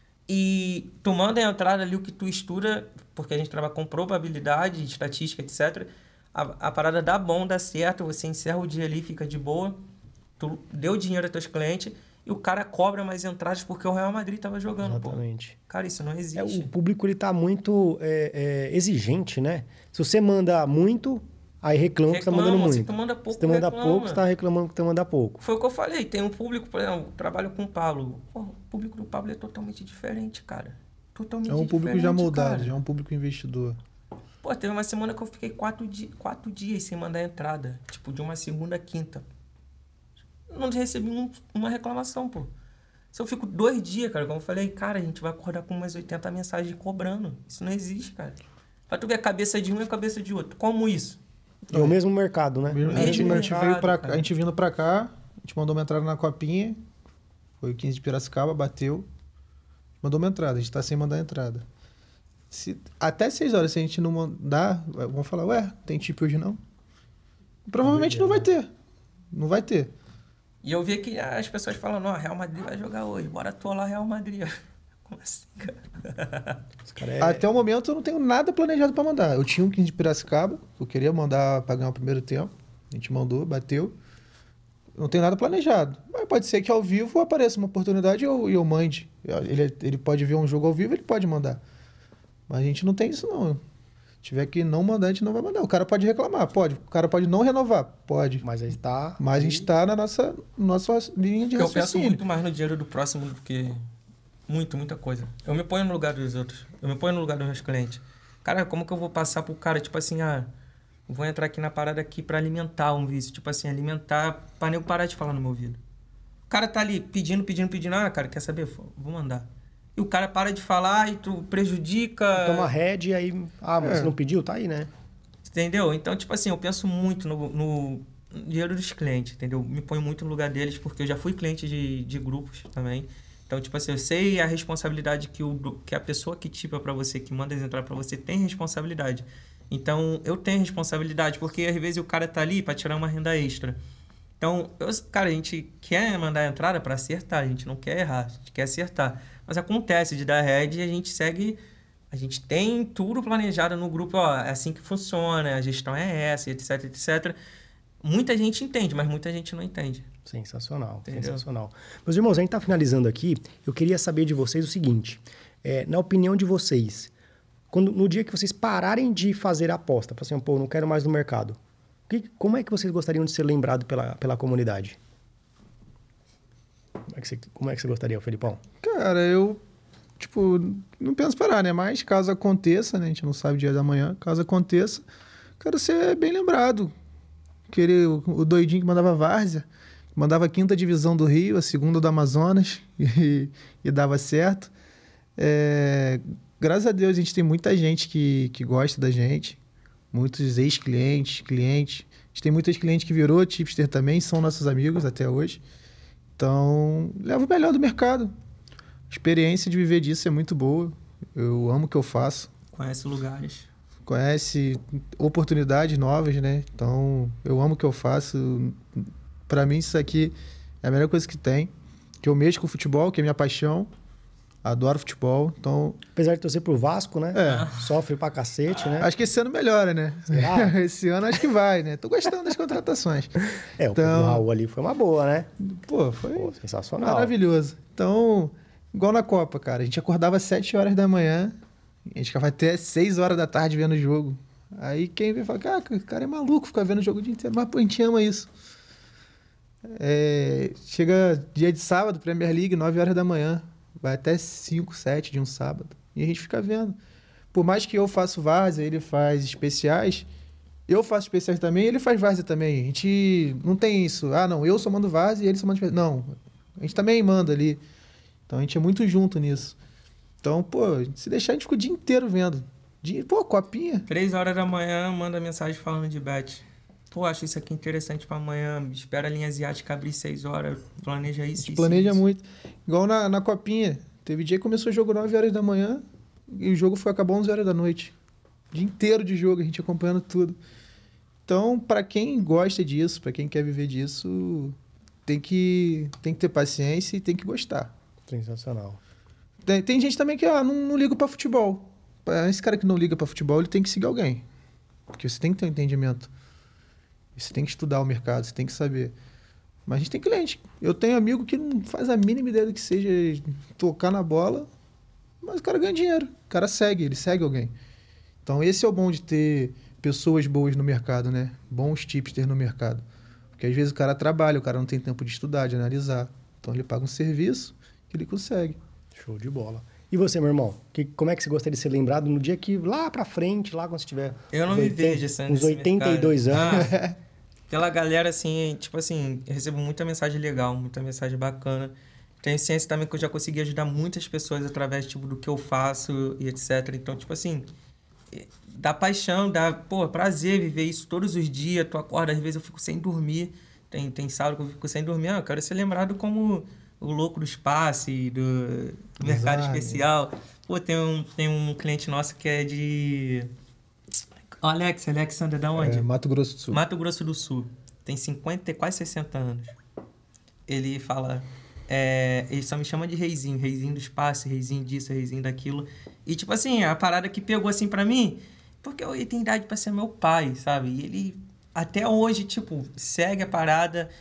e tu manda a entrada ali o que tu estuda, porque a gente trabalha com probabilidade, estatística, etcétera. A, a parada dá bom, dá certo, você encerra o dia ali, fica de boa, tu deu dinheiro aos teus clientes e o cara cobra mais entradas porque o Real Madrid tava jogando. Exatamente. Pô. Cara, isso não existe. É, o público ele tá muito é, é, exigente, né? Se você manda muito, aí reclama, reclama que você tá mandando muito. Se tu manda pouco, se tu manda reclama. pouco, você tá reclamando que tu manda pouco. Foi o que eu falei. Tem um público, por exemplo, eu trabalho com o Pablo. Pô, o público do Pablo é totalmente diferente, cara. Totalmente diferente. É um público já moldado, cara. já é um público investidor. Pô, teve uma semana que eu fiquei quatro, di quatro dias sem mandar entrada. Tipo, de uma segunda a quinta. Não recebi um, uma reclamação, pô. Se eu fico dois dias, cara, como eu falei, cara, a gente vai acordar com umas oitenta mensagens cobrando. Isso não existe, cara. Pra tu ver a cabeça de um e a cabeça de outro. Como isso? É o mesmo mercado, né? Mesmo, é a, gente, mercado, a gente veio pra, cara. a gente vindo pra cá, a gente mandou uma entrada na Copinha, foi o quinze de Piracicaba, bateu, mandou uma entrada, a gente tá sem mandar entrada. Se, até seis horas, se a gente não mandar, vão falar, ué, tem chip hoje não? Provavelmente não vai ter. Não vai ter. E eu vi que as pessoas falando, ó, Real Madrid vai jogar hoje, bora atolar Real Madrid. Como assim, cara? cara é... Até o momento eu não tenho nada planejado pra mandar. Eu tinha um quinze de Piracicaba, eu queria mandar pra ganhar o primeiro tempo. A gente mandou, bateu. Eu não tenho nada planejado. Mas pode ser que ao vivo apareça uma oportunidade e eu, eu mande. Ele, ele pode ver um jogo ao vivo, ele pode mandar. Mas a gente não tem isso, não. Se tiver que não mandar, a gente não vai mandar. O cara pode reclamar, pode. O cara pode não renovar, pode. Mas a gente tá... Mas a gente tá na nossa, nossa linha de eu raciocínio. Eu penso muito mais no dinheiro do próximo do que... Muito, muita coisa. Eu me ponho no lugar dos outros. Eu me ponho no lugar dos meus clientes. Cara, como que eu vou passar pro cara, tipo assim, ah... Vou entrar aqui na parada aqui pra alimentar um vício. Tipo assim, alimentar pra nem eu parar de falar no meu ouvido. O cara tá ali pedindo, pedindo, pedindo. Ah, cara, quer saber? Vou mandar. E o cara para de falar e tu prejudica... Toma head e aí... Ah, mas É. você não pediu? Tá aí, né? Entendeu? Então, tipo assim, eu penso muito no, no dinheiro dos clientes, entendeu? Me ponho muito no lugar deles, porque eu já fui cliente de, de grupos também. Então, tipo assim, eu sei a responsabilidade que, o, que a pessoa que tipa pra você, que manda eles entrar pra você, tem responsabilidade. Então, eu tenho responsabilidade, porque às vezes o cara tá ali pra tirar uma renda extra. Então, eu, cara, a gente quer mandar a entrada pra acertar, a gente não quer errar, a gente quer acertar. Mas acontece de dar head e a gente segue... A gente tem tudo planejado no grupo, ó, é assim que funciona, a gestão é essa, etc, etcétera. Muita gente entende, mas muita gente não entende. Sensacional, Entendeu? sensacional. Meus irmãos, a gente tá finalizando aqui. Eu queria saber de vocês o seguinte. É, na opinião de vocês, quando, no dia que vocês pararem de fazer a aposta, assim, pô, não quero mais no mercado, que, como é que vocês gostariam de ser lembrados pela, pela comunidade? Como é, que você, como é que você gostaria, Felipão? Cara, eu, tipo, não penso parar, né? Mas caso aconteça, né? A gente não sabe o dia da manhã. Caso aconteça, quero ser bem lembrado. Aquele, o, o doidinho que mandava várzea, mandava a quinta divisão do Rio, a segunda do Amazonas, e, e dava certo. É, graças a Deus, a gente tem muita gente que, que gosta da gente. Muitos ex-clientes, clientes. A gente tem muitos clientes que virou tipster também, são nossos amigos até hoje. Então, leva o melhor do mercado. A experiência de viver disso é muito boa. Eu amo o que eu faço. Conhece lugares. Conhece oportunidades novas, né? Então, eu amo o que eu faço. Para mim, isso aqui é a melhor coisa que tem. Que eu mexo com futebol, que é minha paixão. Adoro futebol, então... Apesar de torcer pro Vasco, né? É. Sofre pra cacete, né? Acho que esse ano melhora, né? Será? Esse ano acho que vai, né? Tô gostando das contratações. É, o Então- Pedro Raul ali foi uma boa, né? Pô, foi Pô, sensacional. maravilhoso. Então, igual na Copa, cara. A gente acordava às sete horas da manhã, a gente ficava até seis horas da tarde vendo o jogo. Aí quem vem fala, cara, o cara é maluco ficar vendo o jogo o dia inteiro. Mas, pô, a gente ama isso. É, chega dia de sábado, Premier League, nove horas da manhã. Vai até cinco, sete de um sábado. E a gente fica vendo. Por mais que eu faça várzea, ele faz especiais, eu faço especiais também, ele faz várzea também. A gente não tem isso. Ah, não, eu só mando várzea e ele só manda especiais. Não, a gente também manda ali. Então a gente é muito junto nisso. Então, pô, se deixar, a gente fica o dia inteiro vendo. Dia, pô, copinha. Três horas da manhã, manda mensagem falando de bet. Pô, acho isso aqui interessante pra amanhã. Espera a linha asiática abrir seis horas. Planeja isso. A gente isso, planeja isso. muito. Igual na, na copinha. Teve dia que começou o jogo nove horas da manhã e o jogo foi acabar onze horas da noite. Dia inteiro de jogo, a gente acompanhando tudo. Então, pra quem gosta disso, pra quem quer viver disso, tem que, tem que ter paciência e tem que gostar. Sensacional. Tem, tem gente também que ah, não, não liga pra futebol. Esse cara que não liga pra futebol, ele tem que seguir alguém. Porque você tem que ter um entendimento. Você tem que estudar o mercado, você tem que saber. Mas a gente tem cliente. Eu tenho amigo que não faz a mínima ideia do que seja tocar na bola, mas o cara ganha dinheiro. O cara segue, ele segue alguém. Então esse é o bom de ter pessoas boas no mercado, né? Bons tipsters no mercado. Porque às vezes o cara trabalha, o cara não tem tempo de estudar, de analisar. Então ele paga um serviço que ele consegue. Show de bola. E você, meu irmão? Que, como é que você gostaria de ser lembrado no dia que lá pra frente, lá quando você tiver... Eu não uns me oitenta, vejo sendo uns oitenta e dois anos. Ah, aquela galera, assim, tipo assim, eu recebo muita mensagem legal, muita mensagem bacana. Tenho ciência também que eu já consegui ajudar muitas pessoas através, tipo, do que eu faço e etcétera. Então, tipo assim, dá paixão, dá, pô, prazer viver isso todos os dias. Tu acorda, às vezes eu fico sem dormir. Tem, tem sábado que eu fico sem dormir. Ah, eu quero ser lembrado como o louco do espaço, do, do mercado Exato. especial. Pô, tem um, tem um cliente nosso que é de... Alex, Alexander, da onde? É, Mato Grosso do Sul. Mato Grosso do Sul. Tem cinquenta, quase sessenta anos. Ele fala... É, ele só me chama de reizinho. Reizinho do espaço, reizinho disso, reizinho daquilo. E, tipo assim, a parada que pegou assim pra mim... Porque ele tem idade pra ser meu pai, sabe? E ele, até hoje, tipo, segue a parada.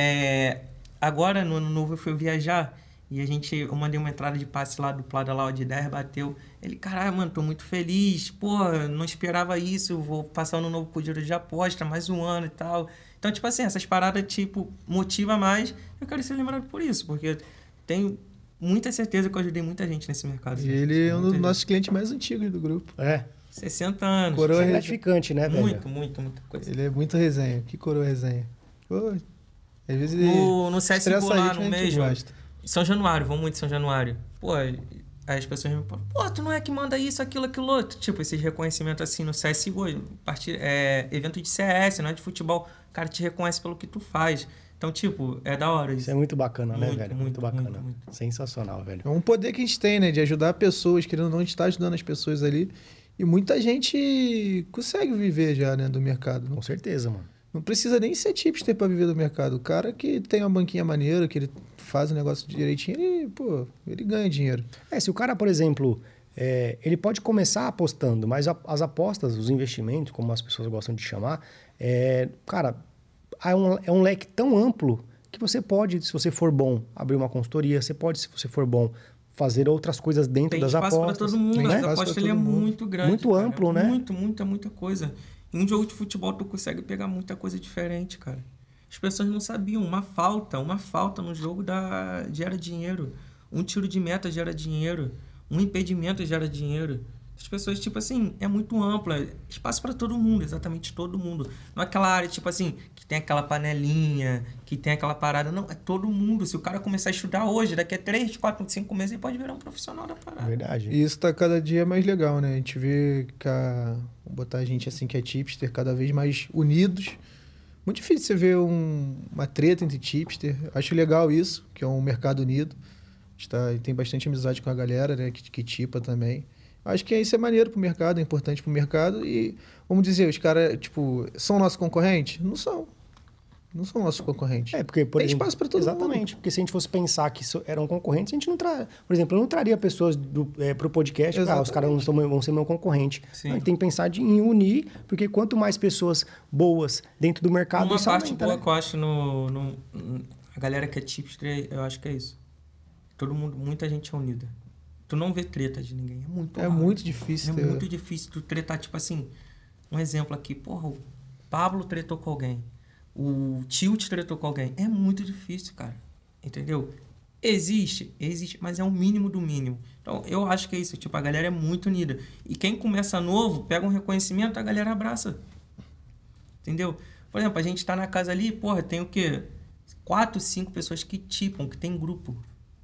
É, agora, no ano novo, eu fui viajar... E a gente, eu mandei uma entrada de passe lá do Plada lá de dez, bateu. Ele, caralho, mano, tô muito feliz. Pô, não esperava isso. Vou passar ano novo com o dinheiro de aposta, mais um ano e tal. Então, tipo assim, essas paradas, tipo, motiva mais. Eu quero ser lembrado por isso, porque tenho muita certeza que eu ajudei muita gente nesse mercado. E ele é um dos Muita nossos gente. clientes mais antigos do grupo. É. sessenta anos. Coroa Isso é resenha. gratificante, né, velho? Muito, muito, muita coisa. Ele é muito resenha. Que coroa resenha. Pô, às vezes ele No, no C S G O estressa a lá, gente, no mas a gente mesmo. gosta. São Januário, vamos muito em São Januário. Pô, aí as pessoas me falam, pô, tu não é que manda isso, aquilo, aquilo outro. Tipo, esses reconhecimentos assim no C S G O, partir, é, evento de C S, não é de futebol. O cara te reconhece pelo que tu faz. Então, tipo, é da hora isso. Isso é muito bacana, né, Muito, velho? muito, Muito bacana. muito, muito. Sensacional, velho. É um poder que a gente tem, né? De ajudar pessoas, querendo ou não, a gente está ajudando as pessoas ali. E muita gente consegue viver já, né, do mercado. Não, Com certeza, mano. não precisa nem ser tipster para viver do mercado. O cara que tem uma banquinha maneira, que ele faz o negócio direitinho, ele, pô, ele ganha dinheiro. É, se o cara, por exemplo, é, ele pode começar apostando, mas a- as apostas, os investimentos, como as pessoas gostam de chamar, é, cara, é um, é um leque tão amplo que você pode, se você for bom, abrir uma consultoria, você pode, se você for bom, fazer outras coisas dentro Tem das espaço apostas. para todo mundo. Tem As espaço apostas pra ele é todo mundo. muito grande. Muito cara. amplo, né? Muito, muita, muita coisa. Em um jogo de futebol, tu consegue pegar muita coisa diferente, cara. As pessoas não sabiam. Uma falta, uma falta no jogo dá, gera dinheiro. Um tiro de meta gera dinheiro. Um impedimento gera dinheiro. As pessoas, tipo assim, é muito ampla. Espaço para todo mundo, exatamente todo mundo. Não é aquela área, tipo assim, que tem aquela panelinha, que tem aquela parada. Não, é todo mundo. Se o cara começar a estudar hoje, daqui a três, quatro, cinco meses, ele pode virar um profissional da parada. Verdade. E isso tá cada dia mais legal, né? A gente vê que a... Vou botar a gente assim que é tipster cada vez mais unidos. Muito difícil você ver um- uma treta entre tipster. Acho legal isso, que é um mercado unido. A gente tá, tem bastante amizade com a galera, né? Que, que tipa também. Acho que isso é maneiro pro mercado, é importante pro mercado. E, vamos dizer, os caras, tipo, são nossos concorrentes? Não são. Não são nossos concorrentes. É, porque, por Tem exemplo, espaço pra todo exatamente, porque se a gente fosse pensar que isso eram concorrentes, a gente não traria. Por exemplo, eu não traria pessoas do, é, pro podcast, ah, os caras não são meu- vão ser meu concorrente. Sim. Não, a gente tem que pensar de, em unir, porque quanto mais pessoas boas dentro do mercado, Uma isso parte aumenta, boa né? que eu acho no, no... A galera que é tipster, eu acho que é isso. Todo mundo, muita gente é unida. Tu não vê treta de ninguém. É muito É raro. muito difícil É ter- muito difícil tu tretar, tipo assim... Um exemplo aqui. Porra, o Pablo tretou com alguém. O Tilt tretou com alguém. É muito difícil, cara. Entendeu? Existe, existe, mas é o mínimo do mínimo. Então, eu acho que é isso. Tipo, a galera é muito unida. E quem começa novo, pega um reconhecimento, a galera abraça. Entendeu? Por exemplo, a gente tá na casa ali, porra, tem o quê? Quatro, cinco pessoas que tipam, que tem grupo.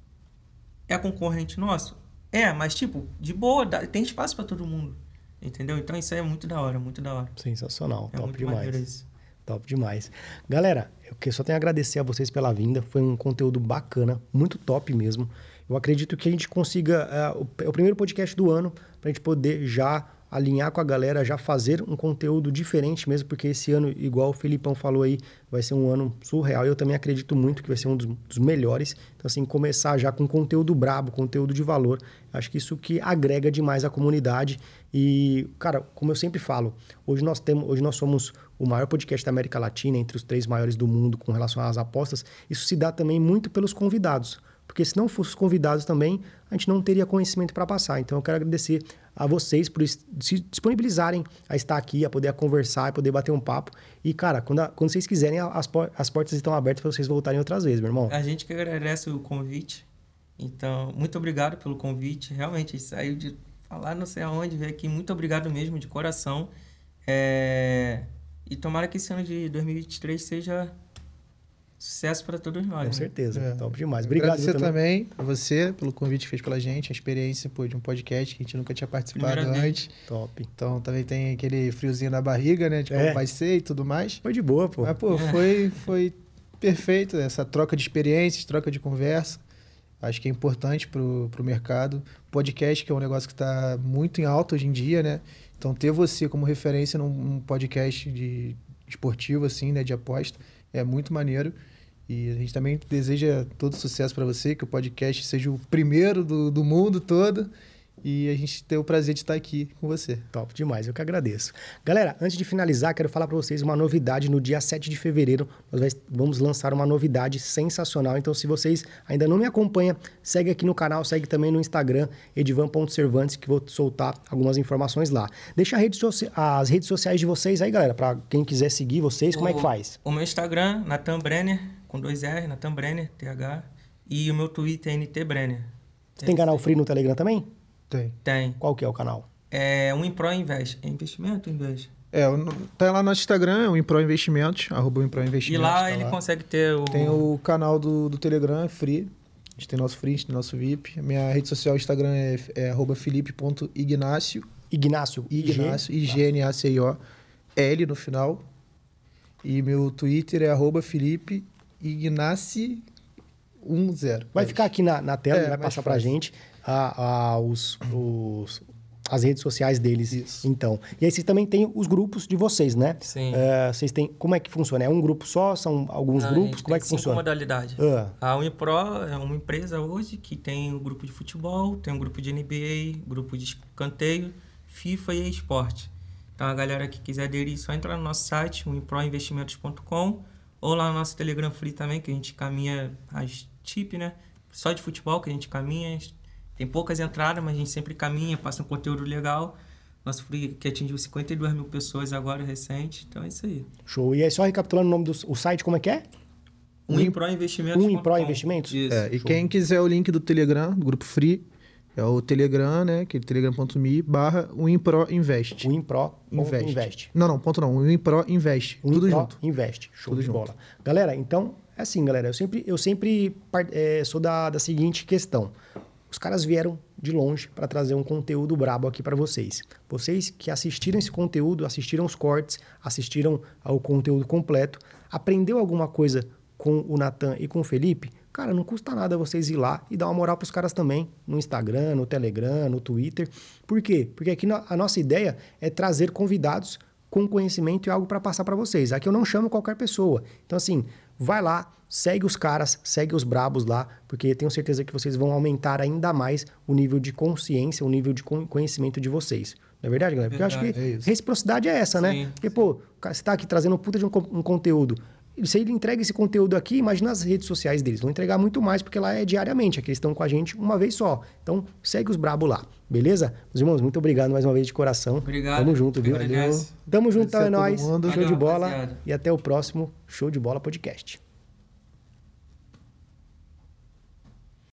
É concorrente nosso? É, mas tipo, de boa, dá, tem espaço pra todo mundo. Entendeu? Então isso aí é muito da hora, muito da hora. Sensacional, É top muito demais. maneiro isso. Top demais. Galera, eu que- só tenho a agradecer a vocês pela vinda. Foi um conteúdo bacana, muito top mesmo. Eu acredito que a gente consiga... É o, é o primeiro podcast do ano pra gente poder já alinhar com a galera, já fazer um conteúdo diferente mesmo, porque esse ano, igual o Felipão falou aí, vai ser um ano surreal. Eu também acredito muito que vai ser um dos, dos melhores. Então, assim, começar já com conteúdo brabo, conteúdo de valor. Acho que isso que agrega demais a comunidade. E, cara, como eu sempre falo, hoje nós temos, hoje nós somos o maior podcast da América Latina, entre os três maiores do mundo com relação às apostas. Isso se dá também muito pelos convidados. Porque se não fossem os convidados também, a gente não teria conhecimento para passar. Então eu quero agradecer a vocês por se disponibilizarem a estar aqui, a poder conversar, a poder bater um papo. E, cara, quando, a, quando vocês quiserem, as, por, as portas estão abertas para vocês voltarem outras vezes, meu irmão. A gente que agradece o convite. Então, muito obrigado pelo convite. Realmente, a gente saiu de falar não sei aonde, veio aqui. Muito obrigado mesmo, de coração. É... E tomara que esse ano de dois mil e vinte e três seja sucesso para todos nós. Com né? certeza, É. top demais. Obrigado Agradecer também. também a você pelo convite que fez pela gente, a experiência pô, de um podcast que a gente nunca tinha participado Primeira vez. antes. Top. Então também tem aquele friozinho na barriga, né? De como É. vai ser e tudo mais. Foi de boa, pô. Mas, pô, foi, foi perfeito essa troca de experiências, troca de conversa. Acho que é importante pro, pro mercado. Podcast, que é um negócio que está muito em alta hoje em dia, né? Então, ter você como referência num, num podcast de esportivo, assim, né? De aposta, é muito maneiro. E a gente também deseja todo sucesso para você, que o podcast seja o primeiro do, do mundo todo. E a gente tem o prazer de estar aqui com você. Top demais, eu que agradeço. Galera, antes de finalizar, quero falar para vocês uma novidade. No dia sete de fevereiro, nós vai- vamos lançar uma novidade sensacional. Então, se vocês ainda não me acompanham, segue aqui no canal, segue também no Instagram, edivan ponto cervantes, que vou soltar algumas informações lá. Deixa a rede soci- as redes sociais de vocês aí, galera, para quem quiser seguir vocês, como é que O- faz? O meu Instagram, Nathan Brenner, com dois R, Nathan Brenner, T H. E o meu Twitter é N T Brenner. Você tem canal free no Telegram também? Tem. Tem. Qual que é o canal? É um Impro Invest. É investimento ou invest? É, o- tá lá no nosso Instagram, é o Impro Investimentos, arroba o Impro E Investimentos. lá tá ele lá. consegue ter o... Tem o canal do, do Telegram, é free. A gente tem nosso free, a gente tem nosso V I P. Minha rede social Instagram é, é arroba felipe ponto ignacio. Ignácio, I G. Ignacio, I G N A C I O, L no final. E meu Twitter é arroba felipe ignacio dez. Vai ficar aqui na, na tela, É, vai mais passar pra fácil. gente a, a, os, os- as redes sociais deles. Isso. Então. E aí vocês também têm os grupos de vocês, né? Sim. É, vocês têm. Como é que funciona? É um grupo só? São alguns Não, a grupos? gente Como é tem que cinco funciona? modalidades. Ah, A Unipro é uma empresa hoje que tem o grupo de futebol, tem um grupo de N B A, grupo de escanteio, FIFA e esporte. Então a galera que quiser aderir, só entra no nosso site, uniproinvestimentos ponto com, ou lá no nosso Telegram Free também, que a gente caminha as tip, né? Só de futebol que a gente caminha. Tem poucas entradas, mas a gente sempre caminha, passa um conteúdo legal. Nosso Free que atingiu cinquenta e duas mil pessoas agora, recente. Então é isso aí. show. E aí, só recapitulando o nome do o site, como é que é? uniproinvestimentos ponto com. Unimpro Investimentos? Isso. É, e Show. quem quiser o link do Telegram, do grupo free, é o Telegram, né? Que é telegram ponto me barra o Impro Invest. O Impro Invest. Invest. Não, não, ponto não. O Impro Invest. O Tudo Impro junto. Invest. Show Tudo de junto. bola. Galera, então, é assim, galera. Eu sempre, eu sempre par- é, sou da, da seguinte questão. Os caras vieram de longe para trazer um conteúdo brabo aqui para vocês. Vocês que assistiram esse conteúdo, assistiram os cortes, assistiram ao conteúdo completo, aprendeu alguma coisa com o Nathan e com o Felipe? Cara, não custa nada vocês ir lá e dar uma moral pros caras também, no Instagram, no Telegram, no Twitter. Por quê? Porque aqui no- a nossa ideia é trazer convidados com conhecimento e algo para passar para vocês. Aqui eu não chamo qualquer pessoa. Então, assim, vai lá, segue os caras, segue os brabos lá, porque tenho certeza que vocês vão aumentar ainda mais o nível de consciência, o nível de con- conhecimento de vocês. Não é verdade, galera? Porque eu acho Verdade, que é isso. reciprocidade é essa, né? Sim, Porque, pô, você tá aqui trazendo um puta de um, co- um conteúdo. Se ele entrega esse conteúdo aqui, imagina as redes sociais deles. Vão entregar muito mais, porque lá é diariamente. Aqui eles estão com a gente uma vez só. Então, segue os brabos lá. Beleza? Meus irmãos, muito obrigado mais uma vez de coração. Obrigado. Tamo junto, viu? Agradece. Tamo junto, Agradecer então é a todo nóis. mundo. Show de Valeu, bola. rapaziada. E até o próximo Show de Bola Podcast.